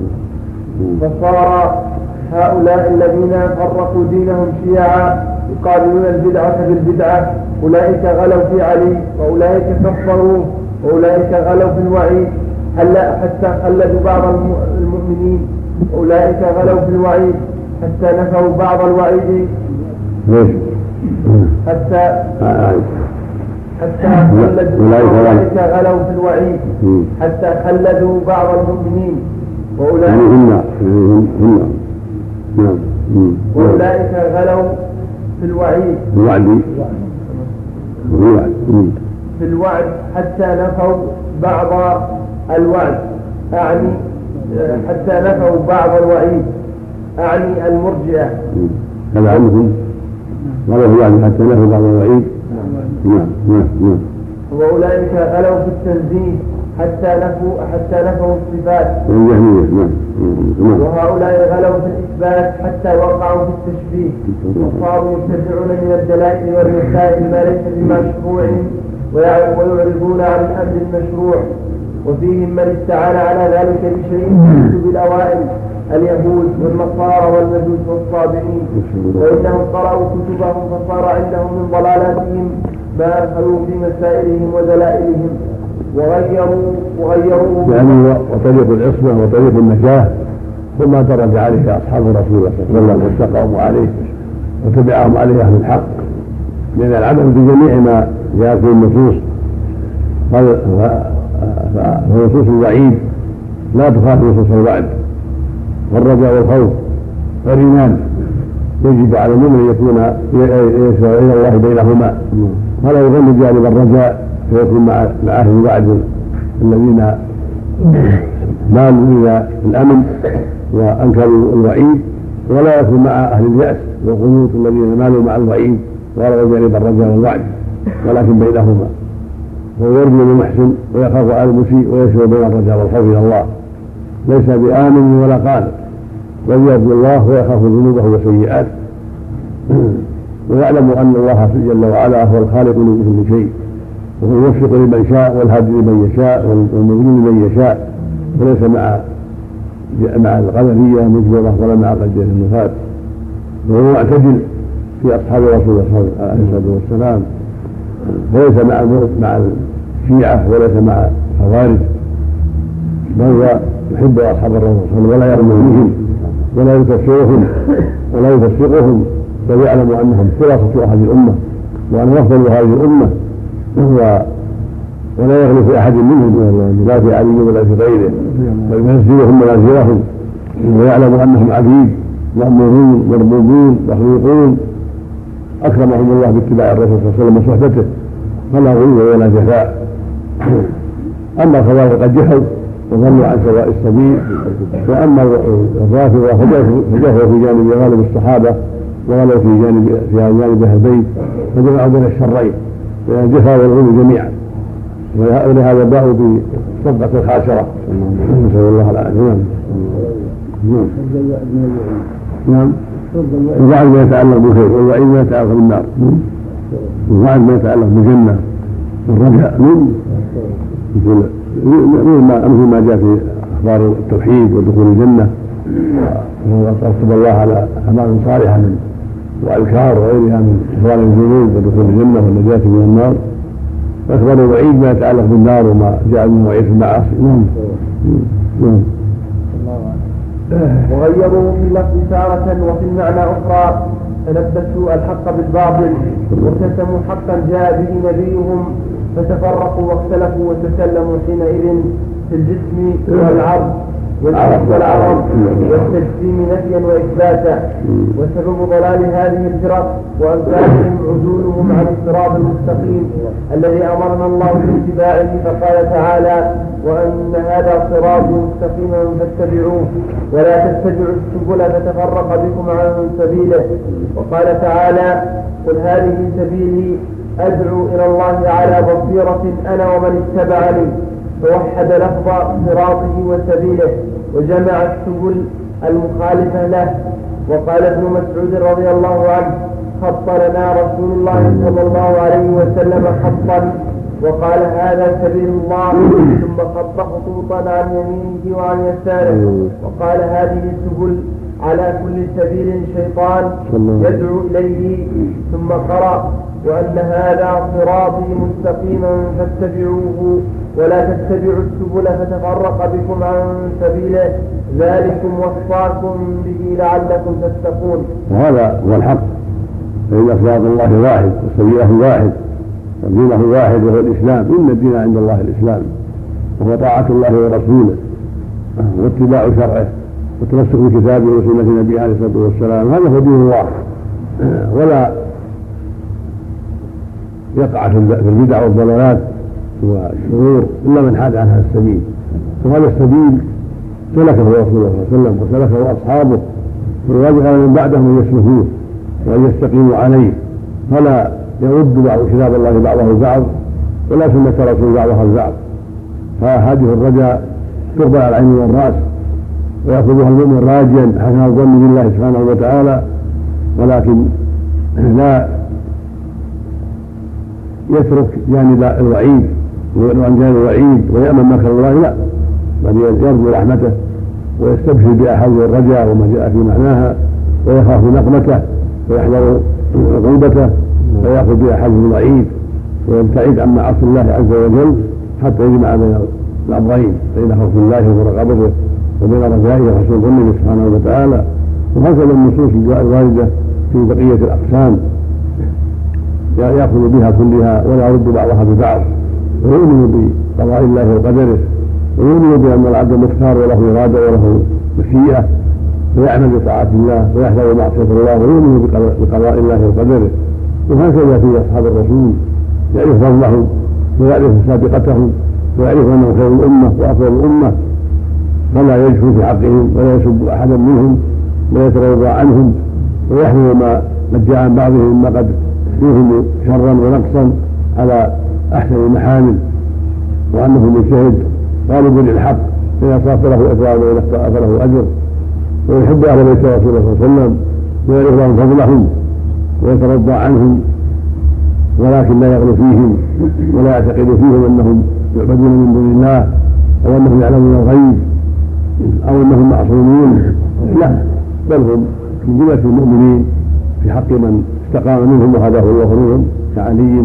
S1: فصار هؤلاء الذين فرقوا دينهم شيعا يقابلون البدعة بالبدعة، أولئك غلوا في علي وأولئك كفروا وأولئك غلوا في الوعيد حتى خلدوا بعض المؤمنين، وأولئك غلوا في الوعيد حتى نفوا بعض الوعيد حتى حتى خلدوا وأولئك غلوا في الوعيد حتى خلدوا بعض المؤمنين وأولئك وأولئك غلوا في الوعيد في الوعد حتى نفوا بعض الوعد أعني حتى نفوا بعض الوعيد أعني المرجئة.
S2: هذا عنهم غلوا يعني حتى نفوا بعض الوعيد. نعم نعم نعم.
S1: وأولئك غلوا في التنزيه حتى نفوا حتى نفوا الصفات. وهؤلاء غلوا في الإثبات حتى وقعوا في التشبيه، وصاروا يبتدعون من الدلائل والرسائل ما ليس بمشروع ويعرضون عن الأمر المشروع. وفيهم من استعان على ذلك بشيء من كتب الأوائل اليهود والنصارى والمجوس والصابئين، وإنهم قرأوا كتبهم فصار عندهم من ضلالاتهم ما أدخلوا في مسائلهم ودلائلهم وغيروا وغيروا
S2: يعني وطريق العصمة وطريق النجاة ثم درج عليه أصحاب رسول الله صلى الله عليه وسلم واستقاموا عليه وتبعهم عليه أهل الحق من العمل بجميع ما جاء في النصوص. فنصوص الوعيد لا تخالف نصوص الوعد، والرجاء والخوف والإيمان يجب على المؤمن ان يكون يسعى الى الله بينهما، ولا يغني جانب الرجاء فيكون مع اهل الوعد الذين مالوا الى الامن وانكروا الوعيد، ولا يكون مع اهل الياس والقنوط الذين مالوا مع الوعيد ولا جانب الرجاء والوعد، ولكن بينهما. ويرجو المحسن ويخاف على المسيء ويسعى بين الرجاء والخوف الى الله، ليس بآمن ولا قانط، بل يرجو الله ويخاف ذنوبه وسيئاته، ويعلم ان الله جل وعلا هو الخالق من كل شيء، وهو يوفق لمن شاء والهادي لمن يشاء والمضل لمن يشاء، وليس مع مع القدريه مثل ولا مع قدر النفاذ. وهو معتدل في اصحاب رسول الله عليه الصلاه والسلام، وليس مع مع الشيعه وليس مع الخوارج، بل هو يحب اصحاب الرسول صلى الله عليه وسلم ولا يرمي بهم ولا يكفرهم ولا يفسقهم، بل يعلم انهم خلاصه هذه الامه وان افضل هذه الامه، وهو ولا يغلو في احد منهم لا في علي ولا في غيره، بل ينزلهم منازلهم، ويعلم انهم عبيد مامورون مربوبون مخلوقون اكرمهم الله باتباع الرسول صلى الله عليه وسلم وصحبته، فلا غلو ولا جفاء. اما الخوارج قد جحوا وضلوا عن سواء السبيل، واما الرافضه فجاهوا في جانب غالب الصحابه وغلوا في جانب في جانب اهل البيت، فجمعوا بين الشرين بين الجفا والغلو جميعا، ولهذا باءوا بصدقه الخاسره نسال الله العافيه. نعم نعم الوعد ما يتعلق بالخير والوعيد ما يتعلق بالنار، الوعد ما يتعلق بالجنه والرجاء مثل مثل ما جاء في اخبار التوحيد ودخول الجنه وترتب الله على اعمال صالحه من واذكار وغيرها من اخبار الذنوب ودخول الجنه والنجاه من النار، واخبار الوعيد ما يتعلق بالنار وما جاء من وعيد المعاصي.
S1: وغيروا في اللفظ تارة وفي المعنى أخرى، فلبسوا الحق بالباطل وكتموا حقا جاء به نبيهم، فتفرقوا واختلفوا وتكلموا حينئذ في الجسم والعرض والعرض والتجسيم نفيا وإثباتا. وسبب ضلال هذه الفرق وأمثالهم عدولهم عن الصراط المستقيم الذي أمرنا الله باتباعه، فقال تعالى: وأن هذا صراطي مستقيما فاتبعوه ولا تتبعوا السبل فتفرق بكم عن سبيله. وقال تعالى: قل هذه سبيلي أدعو إلى الله على بصيرة أنا ومن اتبعني، فوحد لفظ صراطه وسبيله وجمع السبل المخالفة له. وقال ابن مسعود رضي الله عنه: خط لنا رسول الله صلى الله عليه وسلم خطا وقال: هذا سبيل الله، ثم خط خطوطا عن يمينه وعن يساره وقال: هذه السبل على كل سبيل شيطان يدعو إليه، ثم قرأ: وأن هذا صراطي مستقيما فاتبعوه ولا تتبعوا السبل فتفرق بكم عن سبيله، ذلكم وصاكم به لعلكم تتقون.
S2: وهذا هو الحق، فإن صراط الله واحد وسبيله واحد ودينه واحد وهو الإسلام. إن الدين عند الله الإسلام، وهو طاعة الله ورسوله واتباع شرعه والتمسك بكتابه وسنة نبيه عليه الصلاة والسلام. هذا هو دين الله، ولا يقع في البدع والضلالات والشرور إلا من حاد عن هذا السبيل. وهذا السبيل سلكه رسول الله صلى الله عليه وسلم وسلكه أصحابه، والواجب على من بعدهم أن يسلكوه وأن يستقيموا عليه، فلا يرد بعض كتاب الله بعضه البعض ولا سنة رسول بعضها البعض. فهذه الرجاء ترضى على العين والرأس ويأخذها المؤمن راجيا حسن الظن بالله سبحانه وتعالى، ولكن لا يترك جانب الوعيد وعن جانب الوعيد ويأمن مكر الله، لا، بل يرجو رحمته ويستبشر بأحوال الرجاء وما جاء في معناها، ويخاف نقمته ويحذر غيبته ويأخذ بأحوال الوعيد ويبتعد عن معاصي الله عز وجل حتى يجمع بين الأمرين، بين خوف الله ورغبته وبين رجائه وحسن ظنه سبحانه وتعالى. وهكذا النصوص الواردة في بقية الأقسام يأخذ بها كلها ولا يرد بعضها ببعض، ويؤمن بقضاء الله وقدره، ويؤمن بأن العبد مختار وله إرادة وله مشيئة، ويعمل بطاعة الله ويحذر معصية الله، ويؤمن بقضاء الله وقدره. وهكذا في أصحاب الرسول، يعرف فضلهم ويعرف سابقتهم ويعرف أنهم خير الأمة وأفضل الأمة، فلا يجفو في حقهم ولا يسب أحدا منهم ولا يترضى عنهم، ويحمل ما جاء عن بعضهم مما قد فيهم شرا ونقصا على أحسن المحامل، وأنه مجتهد غالب للحق فإن أصاب له أجر وإن أخطأ فله أجر. ويحب أهل بيت رسول الله صلى الله عليه وسلم ويعرف لهم فضلهم ويترضى عنهم، ولكن لا يغلو فيهم ولا يعتقد فيهم أنهم يعبدون من دون الله أو أنهم يعلمون الغيب أو أنهم معصومون، لا، بل هم من جملة المؤمنين في حق من استقام منهم وهداه الله منهم كعلي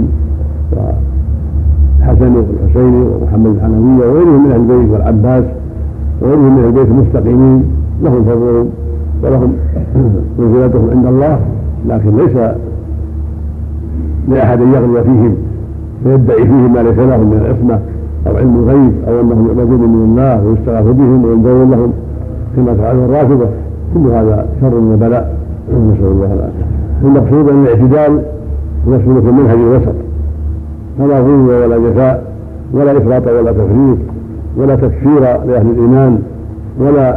S2: وحسن والحسين ومحمد الحنفية وغيرهم من أهل البيت والعباس وغيرهم من أهل البيت المستقيمين، لهم فضلهم ولهم منزلتهم عند الله، لكن ليس لأحد يغلو فيهم فيدعي فيهم ما ليس لهم من العصمة أو علم الغيب أو أنهم يعبدون من الله ويستغاث بهم وينذر لهم كما تفعله الرافضة. كل هذا شر وبلاء، نسأل الله العافية. المقصود أن الاعتدال هو سلوك المنهج الوسط، فلا غلو ولا جفاء ولا إفراط ولا تفريط ولا تكفير لأهل الإيمان ولا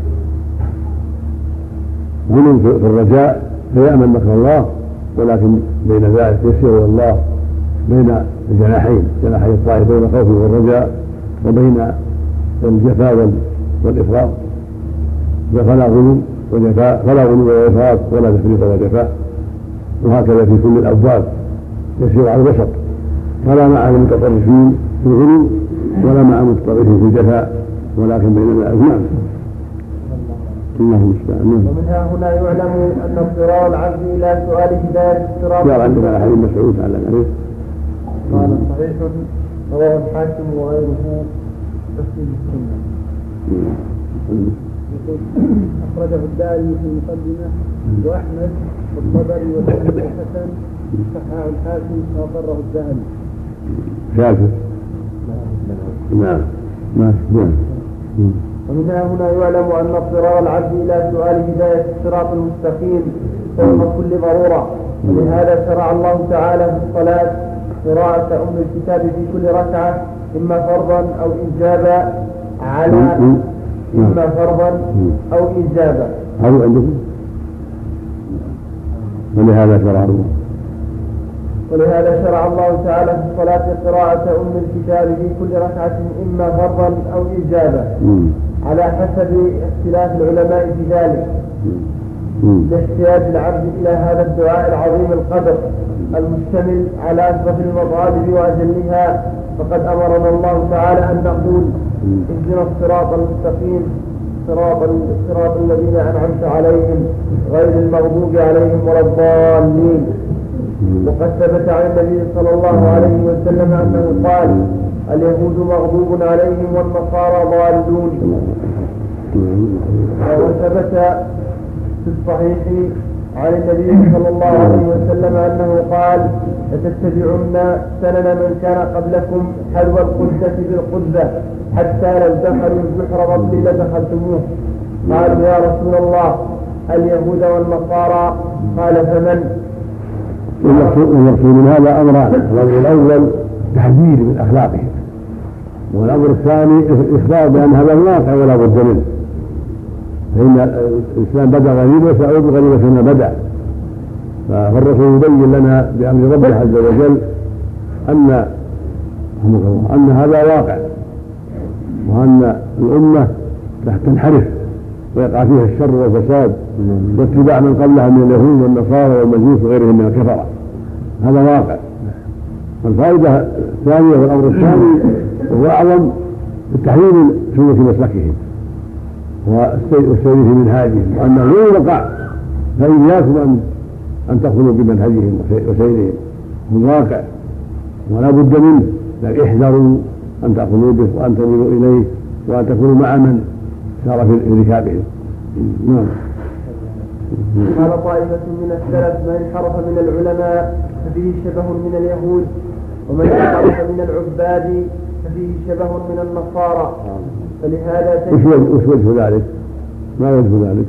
S2: غلو في الرجاء فيأمن مكر الله، ولكن بين ذلك يسير الله بين الجناحين، جناحي الطائف بين الخوف والرجاء وبين الجفاء والإفراط، فلا غلو وجفاء فلا غلو ولا إفراط ولا تفريط ولا جفاء. وهكذا في كل الأبواب يسير على الوسط، فلا مع المتطرفين في الغلو ولا مع المتطرفين في الجفاء، ولكن بين الأزمان. اللهم استعان.
S1: ومنها هنا يعلم أن اضطرار العبد إلى سؤال هداية الصراط.
S2: جاء عندنا على حديث مسعود على الحديث
S1: قال صحيح رواه الحاكم وغيره تفسير السنة.
S4: أخرجه الدارمي في المقدمة وأحمد والطبري والحسن الحسن صححه الحاكم وأقره الذهبي.
S2: شاكر. نعم. نعم.
S1: ومن هنا يعلم أن اضطرار العبد إلى سؤال هداية الصراط المستقيم فوق كل ضرورة، ولهذا شرع الله تعالى في الصلاة قراءة أم الكتاب في كل ركعة إما فرضا أو إجابة على إما فرضا أو إجابة.
S2: هل عندكم؟ ولهذا شرع الله
S1: ولهذا شرع الله تعالى في الصلاة قراءة أم الكتاب في كل ركعة إما فرضا أو إجابة على حسب اختلاف العلماء في ذلك، لاحتياج العبد إلى هذا الدعاء العظيم القدر المشتمل على أشرف المطالب وأجلها. فقد أمرنا الله تعالى أن نقول اهدنا الصراط المستقيم صراط صراط الذين أنعمت عليهم غير المغضوب عليهم ولا الضالين. وقد ثبت عن النبي صلى الله عليه وسلم أنه قال اليهود مغضوب عليهم والنصارى ضالون. وثبت في الصحيح عن النبي صلى الله عليه وسلم أنه قال لتتبعن سنن من كان قبلكم حذو القدة بالقدة حتى لو دخلوا البحر ربي لدخلتموه. قالوا يا رسول الله اليهود والنصارى؟ قال فمن؟
S2: والمقصود من هذا أمران: الأمر الأول تحذير من أخلاقهم، والأمر الثاني إخبار بأن هذا الواقع ولا بد منه، فإن الإسلام بدأ غريبا وسيعود غريبا كما بدأ. فالرسول يبين لنا بأمر ربه عز وجل أن أن هذا واقع، وأن الأمة تنحرف ويقع فيها الشر والفساد واتباع من قبلها من اليهود والنصارى والمجوس وغيرهم من الكفرة. هذا واقع. والفائدة الثانية والأمر الثاني وهو أعظم التحذير من سلوك مسلكهم والسير في منهاجهم، وأنه لا يقع، فإياكم أن أن تأخذوا بمنهجهم وسيرهم، هم واقع ولا بد منه، لكن احذروا أن تأخذوا به وأن تميلوا إليه وأن تكونوا مع من سار في ركابهم. نعم.
S1: قال طائفة من السلف من انحرف من العلماء ففيه شبه من اليهود، ومن انحرف من العباد ففيه شبه من النصارى. فلهذا
S2: وش وجه ذلك؟ ما وجه ذلك؟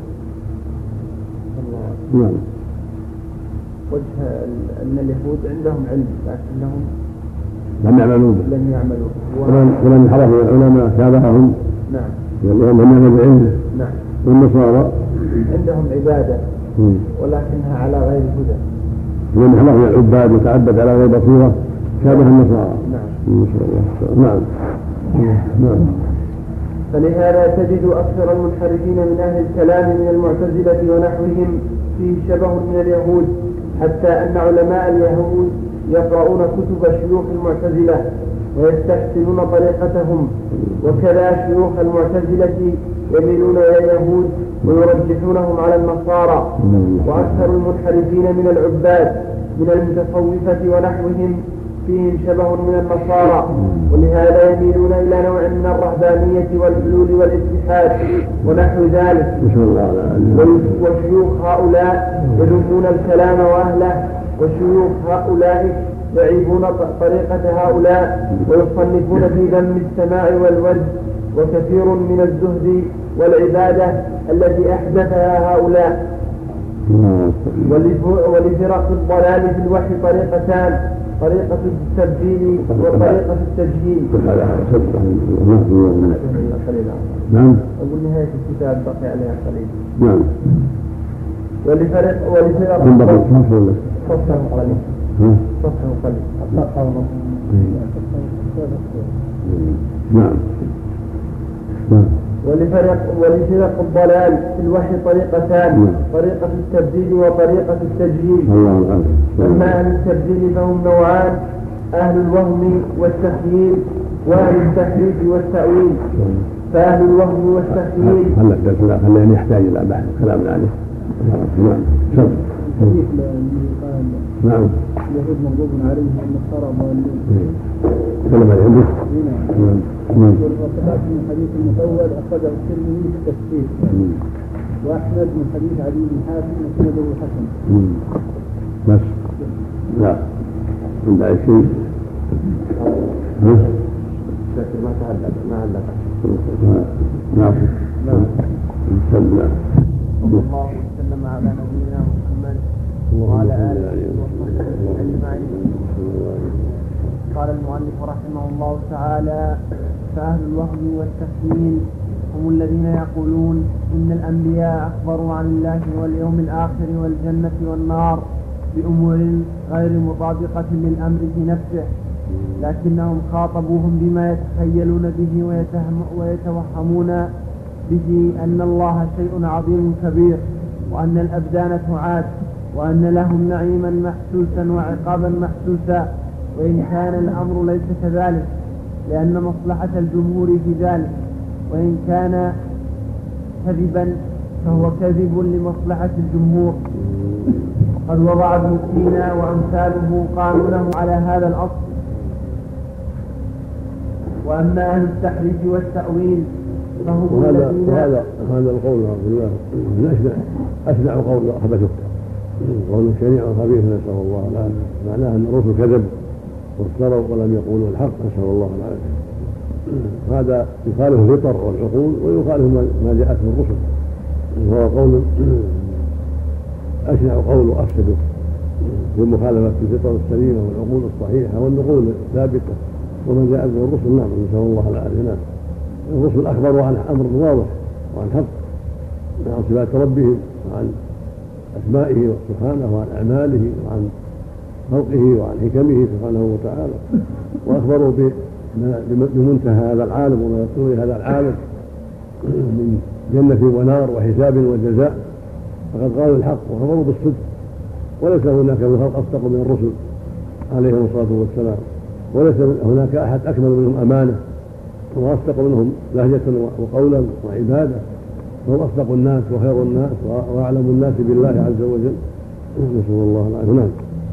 S2: نعم.
S1: وجه أن اليهود عندهم علم لكنهم
S2: لم يعملوا به
S1: لم يعملوا
S2: ومن انحرف من العلماء شابههم.
S1: نعم.
S2: لأنهم هم يعملوا بعلمه.
S1: نعم.
S2: والنصارى
S1: عندهم عبادة ولكنها على غير هدى.
S2: ومن انحرف من العباد وتعبد على غير بصيرة شابه النصارى.
S1: نعم.
S2: ما شاء الله. نعم. نعم.
S1: فلهذا تجد أكثر المنحرفين من أهل الكلام من المعتزلة ونحوهم فيه شبه من اليهود، حتى أن علماء اليهود يقرؤون كتب شيوخ المعتزلة ويستحسنون طريقتهم، وكذا شيوخ المعتزلة يميلون إلى اليهود ويرجحونهم على النصارى. وأكثر المنحرفين من العباد من المتصوفة ونحوهم فيهم شبه من النصارى، ولهذا يميلون إلى نوع من الرهبانية والحلول والاتحاد ونحو ذلك. وشيوخ هؤلاء يذمون الكلام وأهله، وشيوخ هؤلاء يعيبون طريقة هؤلاء ويصنفون في ذم السماع والوجه، وكثير من الزهد والعبادة التي أحدثها هؤلاء. ولفرق الضلال في الوحي طريقتان: طريقة التبديل وطريقة التجهيل.
S2: نعم.
S1: أقول نهاية الكتاب بقي عليها قليل.
S2: نعم.
S1: ولفرق ولفرق صفحة قليل صفحة قليل.
S2: نعم. نعم.
S1: ولفرق ولفرق الضلال في الوحي طريقتان: طريقة التبديل وطريقة التجهيل. أما أهل التبديل فهم نوعان: أهل الوهم والتخييل وأهل التحريف والتأويل. فأهل الوهم والتخييل
S2: هلا خلينا يحتاج إلى بحث كلام عليه. نعم.
S4: الحديث الذي قال
S2: نعم
S4: اليهود مغضوب عليهم والنصارى ضالين.
S2: تكلم عن عندك.
S4: نعم.
S2: نعم.
S4: وقطعت من الحديث المطول أخرجه الترمذي في التفسير. وأحمد من حديث علي بن حاتم وسنده حسن.
S2: بس. لا. عند أي شيء.
S6: لكن ما تعلق ما علق.
S2: نعم. نعم. نعم.
S1: صلى الله وسلم على نبينا محمد وعلى آله وصحبه أجمعين. قال المؤلف رحمه الله تعالى: فأهل الوهم والتخمين هم الذين يقولون إن الأنبياء أخبروا عن الله واليوم الآخر والجنة والنار بأمور غير مطابقة للأمر في نفسه، لكنهم خاطبوهم بما يتخيلون به ويتوهمون به أن الله شيء عظيم كبير، وأن الأبدان تعاد، وأن لهم نعيما محسوسا وعقابا محسوسا، وإن كان الأمر ليس كذلك لأن مصلحة الجمهور في ذلك، وإن كان كذبا فهو كذب لمصلحة الجمهور. وقد وضع ابن سينا وأمثاله قانونه على هذا الأصل. وأما أهل التحريف والتأويل فهم
S2: وهذا
S1: الذين
S2: هذا هذا القول رحمه الله أشنع أشنع قول أخبثه، قول شنيع خبيث نسأل الله العافية، معناه أن الرسل كذبوا وافتروا ولم يقولوا الحق نسأل الله العافية. هذا يخالف الفطر والعقول ويخالف ما جاءت من الرسل، وهو قول أشنع قول وأفسده في مخالفة الفطر السليمة والعقول الصحيحة والنقول الثابتة وما جاءت من الرسل. نعم نسأل الله العافية. نعم الرسل أخبروا عن أمر واضح وعن حق، عن صفات ربهم وعن أسمائه سبحانه وعن أعماله وعن خلقه وعن حكمه سبحانه وتعالى، وأخبروا بمنتهى هذا العالم وما يصل إلى هذا العالم من جنة ونار وحساب وجزاء، فقد قالوا الحق وخبروا بالصدق، وليس هناك من خلق أصدق من الرسل عليهم الصلاة والسلام، وليس هناك أحد أكمل منهم أمانة وأصدق منهم لهجة وقولا وعبادة، وهم أصدق الناس وخير الناس وأعلم الناس بالله عز وجل. نسأل الله العافية. نعم.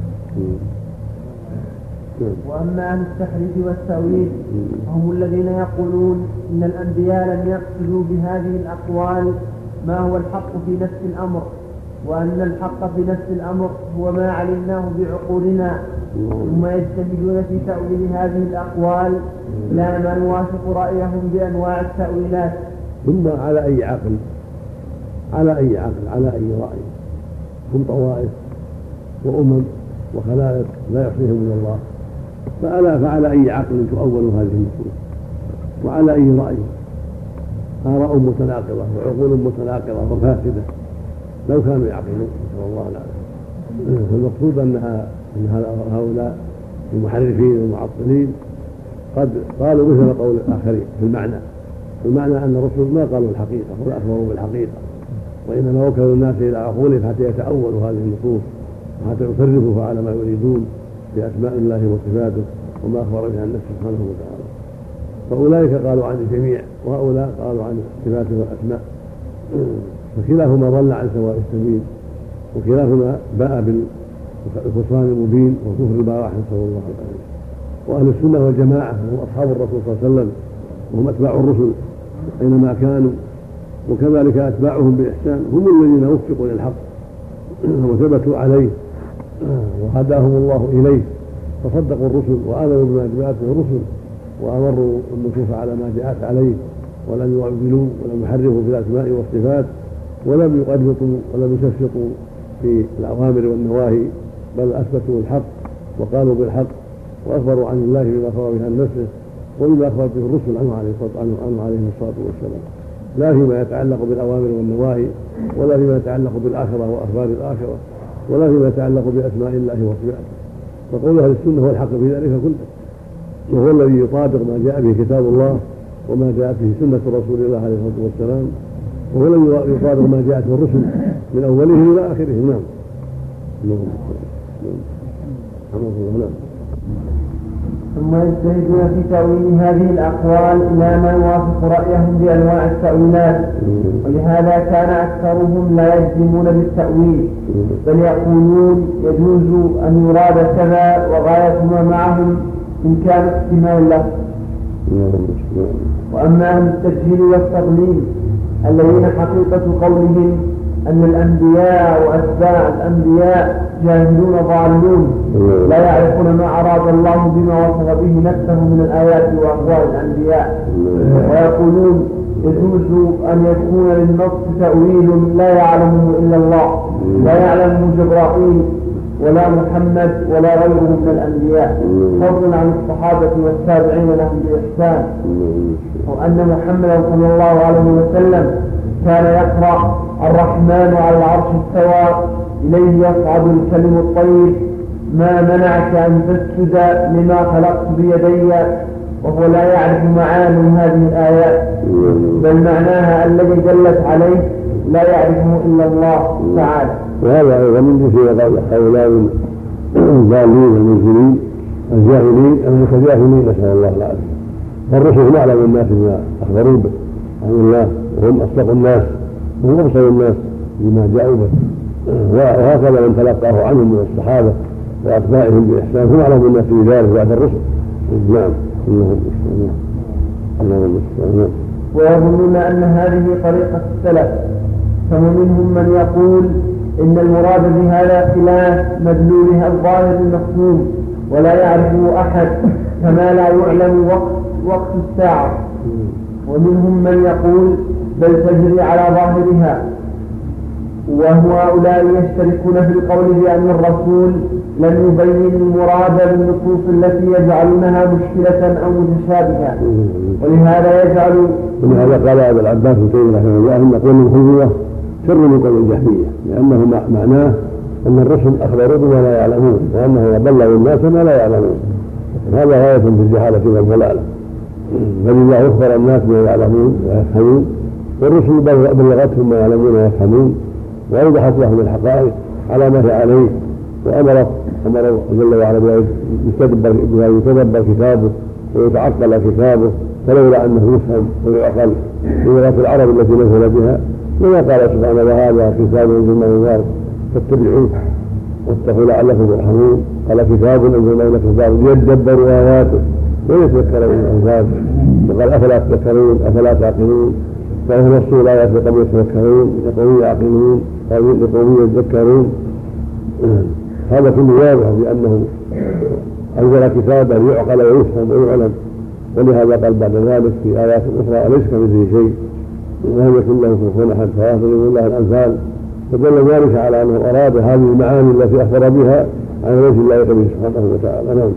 S1: وأما عن التحريف والتأويل هم الذين يقولون إن الأنبياء لم يقصدوا بهذه الأقوال ما هو الحق في نفس الأمر، وأن الحق في نفس الأمر هو ما علمناه بعقولنا، ثم يجتهدون في تأويل هذه الأقوال لا ما نوافق رأيهم بأنواع التأويلات.
S2: ثم على أي عقل على أي عقل على أي رأي، هم طوائف وأمم وخلائق لا يحصيهم من الله، فألا فعلى أي عقل تؤول هذه النصوص، وعلى أي رأي، آراء متناقضة وعقول متناقضة وفاسدة لو كانوا يعقلون نسأل الله العافية. فالمقصود أنها أن هؤلاء المحرفين والمعطلين قد قالوا مثل قول الآخرين في المعنى، في المعنى أن الرسل ما قالوا الحقيقة ولا أخبروا بالحقيقة، وإنما وكلوا الناس إلى عقولهم حتى يتأولوا هذه النصوص وحتى يصرفوا على ما يريدون بأسماء الله وصفاته وما أخبر بها النفس سبحانه وتعالى. فأولئك قالوا عن الجميع وهؤلاء قالوا عن صفاته والأسماء، فكلاهما ضل عن سواء السبيل، وكلاهما باء بالخسران المبين والكفر البواح نسأل الله العافية. وأهل السنة والجماعة هم أصحاب الرسول صلى الله عليه وسلم وهم أتباع الرسل أينما كانوا، وكذلك أتباعهم بإحسان هم الذين وفقوا للحق وثبتوا عليه وهداهم الله إليه، فصدقوا الرسل وآمنوا بما جاءت به الرسل وأمروا النصوص على ما جاءت عليه، ولم يعدلوا ولم يحرفوا في الأسماء والصفات، ولم يقرطوا ولم يشفقوا في الأوامر والنواهي، بل أثبتوا الحق وقالوا بالحق وأخبروا عن الله بما أخبر به عن نفسه وبما أخبر به الرسل عنه عليه الصلاة والسلام، لا فيما يتعلق بالأوامر والنواهي، ولا فيما يتعلق بالآخرة وأخبار الآخرة، ولا فيما يتعلق بأسماء الله وصفاته. فقول أهل السنة هو الحق في ذلك كله، وهو الذي يطابق ما جاء به كتاب الله وما جاءت به سنة رسول الله عليه الصلاة والسلام، وهو الذي يطابق ما جاءت به الرسل من أوله إلى آخره. نعم. نعم. نعم.
S1: ثم يجتهدون في تأويل هذه الأقوال إلى ما يوافق رأيهم بأنواع التأويلات، ولهذا كان أكثرهم لا يجزمون بالتأويل، بل يقولون يجوز أن يراد كذا وغاية ما معهم إن كان احتمال له. وأما أهل التجهيل والتضليل الذين حقيقة قولهم أن الأنبياء وأتباع الأنبياء جاهلون ضالون لا يعرفون ما أراد الله بما وصف به نفسه من الآيات وأخبار الأنبياء، ويقولون يجوز أن يكون للنص تأويل لا يعلمه إلا الله، لا يعلمه جبرائيل ولا محمد ولا غيره من الأنبياء، فضلا عن الصحابة والتابعين لهم بإحسان. وأن محمدا صلى الله عليه وسلم كان يقرأ الرحمن على العرش استوى إليه يصعد الكلم الطيب ما منعك أن تسجد لما خلقت بيدي، وهو لا يعرف معاني هذه الآيات، بل معناها الذي دلت عليه لا يعرفه إلا الله تعالى.
S2: وهذا أيضا من جزء هؤلاء الضالين المنزلين الجاهلين المتجاهلين، نسأل الله العافية. فالرسل أعلم الناس بما أخبروا به عن الله، وهم أصدق الناس وهم أبصر الناس بما جاءوا به، وهكذا من تلقاه عنهم من الصحابة وأتباعهم بإحسان هم أعلم الناس بذلك بعد الرسل. نعم.
S1: ويظنون أن هذه طريقة السلف، فمنهم من يقول إن المراد بهذا خلاف مدلولها الظاهر المفهوم ولا يعرفه أحد، كما لا يعلم وقت, وقت الساعة. ومنهم من يقول بل تجري على ظاهرها. وهؤلاء يشتركون في القول بأن الرسول لم يبين المراد بالنصوص التي يجعلونها مشكلة أو متشابهة، ولهذا يجعل
S2: ولهذا قال أبو العباس بن تيمية رحمه الله إن قول الخلوة شر من قول الجهمية، لأنه معناه أن الرسل أخبروا بما لا يعلمون، وأنه بلغوا الناس ما لا يعلمون، هذا غاية في الجهالة والضلال. بل الله أخبر الناس بما يعلمون ويفهمون، والرسل بلغتهم ما يعلمون ويفهمون، وأوضحت لهم الحقائق على ما هي عليه، وأمر أمر جل وعلا بأن يتدبر كتابه ويتعقل كتابه، فلولا أنه يفهم ويعقل بلغة العرب التي نزل بها لما قال سبحانه وهذا كتاب أنزلناه مبارك فاتبعوه واتقوا لعلكم ترحمون. قال كتاب أنزلناه مبارك ليدبروا آياته ويتذكروا الألفاظ، وقال أفلا تذكرون أفلا تعقلون، فهو نص الآيات لقوم يتذكرون لقوم يعقلون لقوم يتذكرون. هذا كله واضح بأنه أنزل كتابا يعقل ويفهم ويعلم، ولهذا قال بعد ذلك في آيات أخرى أليس كمثله شيء ولم يكن له كفوا أحد فيضرب الله الأمثال، فدل ذلك على أنه أراد هذه المعاني التي أخبر بها عن وجه الله به سبحانه وتعالى. نعم.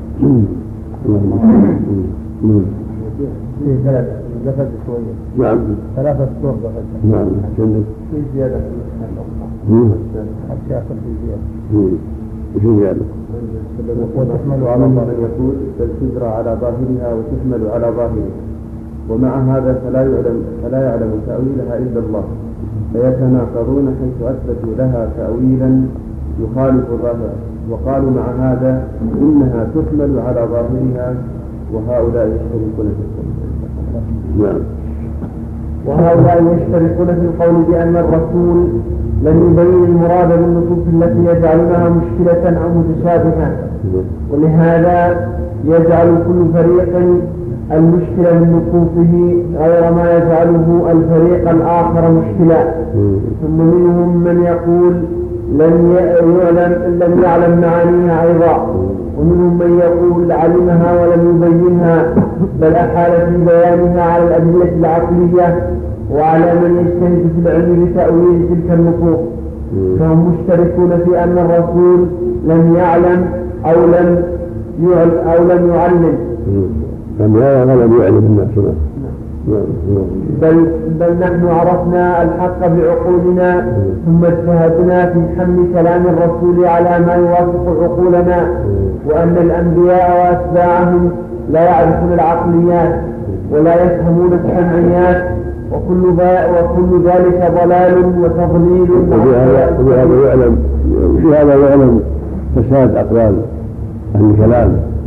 S1: في ثلاثة قفز شوية.
S2: نعم.
S1: ثلاثة سطور قفز.
S2: نعم.
S1: في زيادة في الأخرى. أشياء في زيادة.
S2: في زيادة.
S6: وتحمل على ظاهر يقول بل تجرى على ظاهرها وتحمل على ظاهرها، ومع هذا فلا يعلم فلا يعلم تأويلها إلا الله، فيتناقضون حيث أثبتوا لها تأويلا يخالف ظاهرها، وقالوا مع هذا إنها تحمل على ظاهرها، وهؤلاء يشتركون في القول.
S2: نعم.
S1: وهؤلاء يشتركون في القول بأن الرسول لم يبين المراد بالنصوص التي يجعلونها مشكلة أو متشابهة، ولهذا يجعل كل فريق المشكلة من نصوصه غير ما يجعله الفريق الآخر مشكلة. ثم منهم من يقول لم يعلم لم يعلم معانيها أيضا، ومنهم من يقول علمها ولم يبينها، بل أحال في بيانها على الأدلة العقلية وعلى من يجتهد في العلم بتأويل تلك النصوص. فهم مشتركون في أن الرسول لم يعلم أو لم أو لم يعلم،
S2: لم يعلم ولم يعلم الناس.
S1: بل بل نحن عرفنا الحق بعقولنا ثم اجتهدنا في حمل كلام الرسول على ما يوافق عقولنا، وأن الأنبياء وأتباعهم لا يعرفون العقليات ولا يفهمون السمعيات، وكل وكل ذلك ضلال وتضليل.
S2: وبهذا يعلم بهذا يعلم فساد أقوال أهل الكلام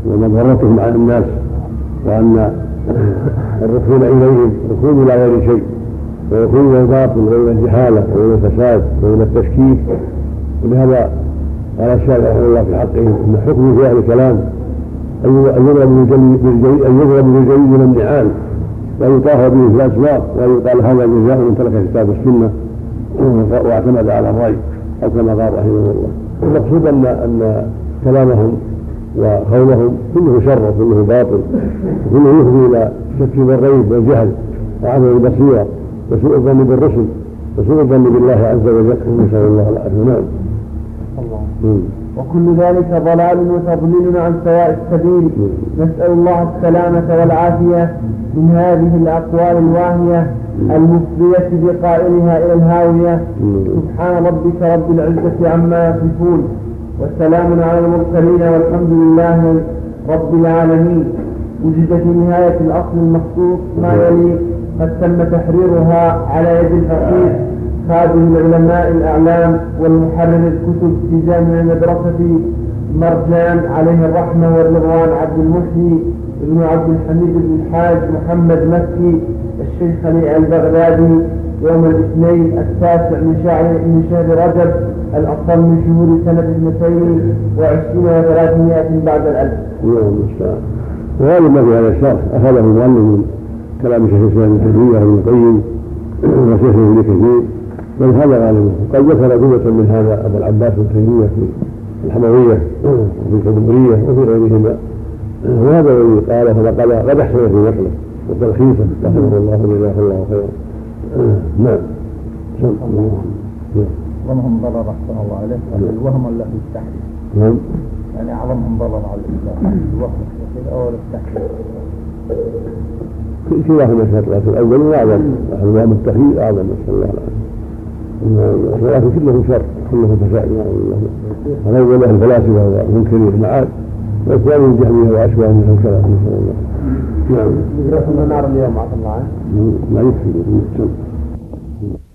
S2: ومضرتهم على الناس، وأن الركون إليهم ركون إلى غير شيء، ويكون إلى الباطل وإلى الجهالة وإلى الفساد وإلى التشكيك. ولهذا قال الشافعي رحمه الله في حقهم أن حكم في أهل الكلام أن يضرب بالجيد من النعال، وأن يطاف به في الأسواق، وأن يقال هذا جزاء من ترك كتاب السنة واعتمد على الرأي، أو كما قال رحمه الله. المقصود أن أن كلامهم وقولهم كله شر وكله باطل، وكله يفضي إلى الشك والريب والجهل وعدم البصيرة وسوء الظن بالرسل وسوء الظن بالله عز وجل. نسأل الله العافية. نعم.
S1: وكل ذلك ضلال وتضليل عن سواء السبيل. نسأل الله السلامة والعافية من هذه الأقوال الواهية المفضية بقائلها إلى الهاوية. سبحان ربك رب العزة عما يصفون، والسلام على المرسلين، والحمد لله رب العالمين. وجد في نهاية الأصل المخصوص ما يلي قد تم تحريرها على يد الفقيه خادم العلماء الأعلام والمحرر الكتب في جامع مدرسة مرجان عليه الرحمة والرضوان عبد المحيي ابن عبد الحميد بن الحاج محمد مكي الشيخ علي البغدادي يوم الاثنين التاسع من شهر من شهر رجب الأفضل من شهور سنة اثنتين وعشرين وثلاثمائة بعد الألف.
S2: وهذا ما في هذا الشرح أخذه المؤلف من كلام شيخ الإسلام ابن تيمية وابن القيم وشيخ ابن كثير، بل هذا غالبا. قد ذكر جملة من هذا أبو العباس ابن تيمية في الحموية وفي الكدمرية وفي غيرهما، وهذا الذي قال فقد قد أحسن في نقله وتلخيصه رحمه الله جزاه الله خيرا. نعم.
S7: أعظمهم ضرر أحسن الله عليه الوهم الذي التحريف.
S2: نعم.
S7: يعني أعظمهم ضرر على الإسلام الوهم الأول التحريف.
S2: كلاهما شر، لكن الأول أعظم، الوهم التحريف أعظم. نسأل الله العافية. ولكن كله شر كله فساد. الأول الفلاسفة ومنكري المعاد، والثاني الجهمية وأشباه من الكلام. نسأل الله. نعم.
S1: يدرسون النار اليوم عطى الله.
S2: لا يكفي.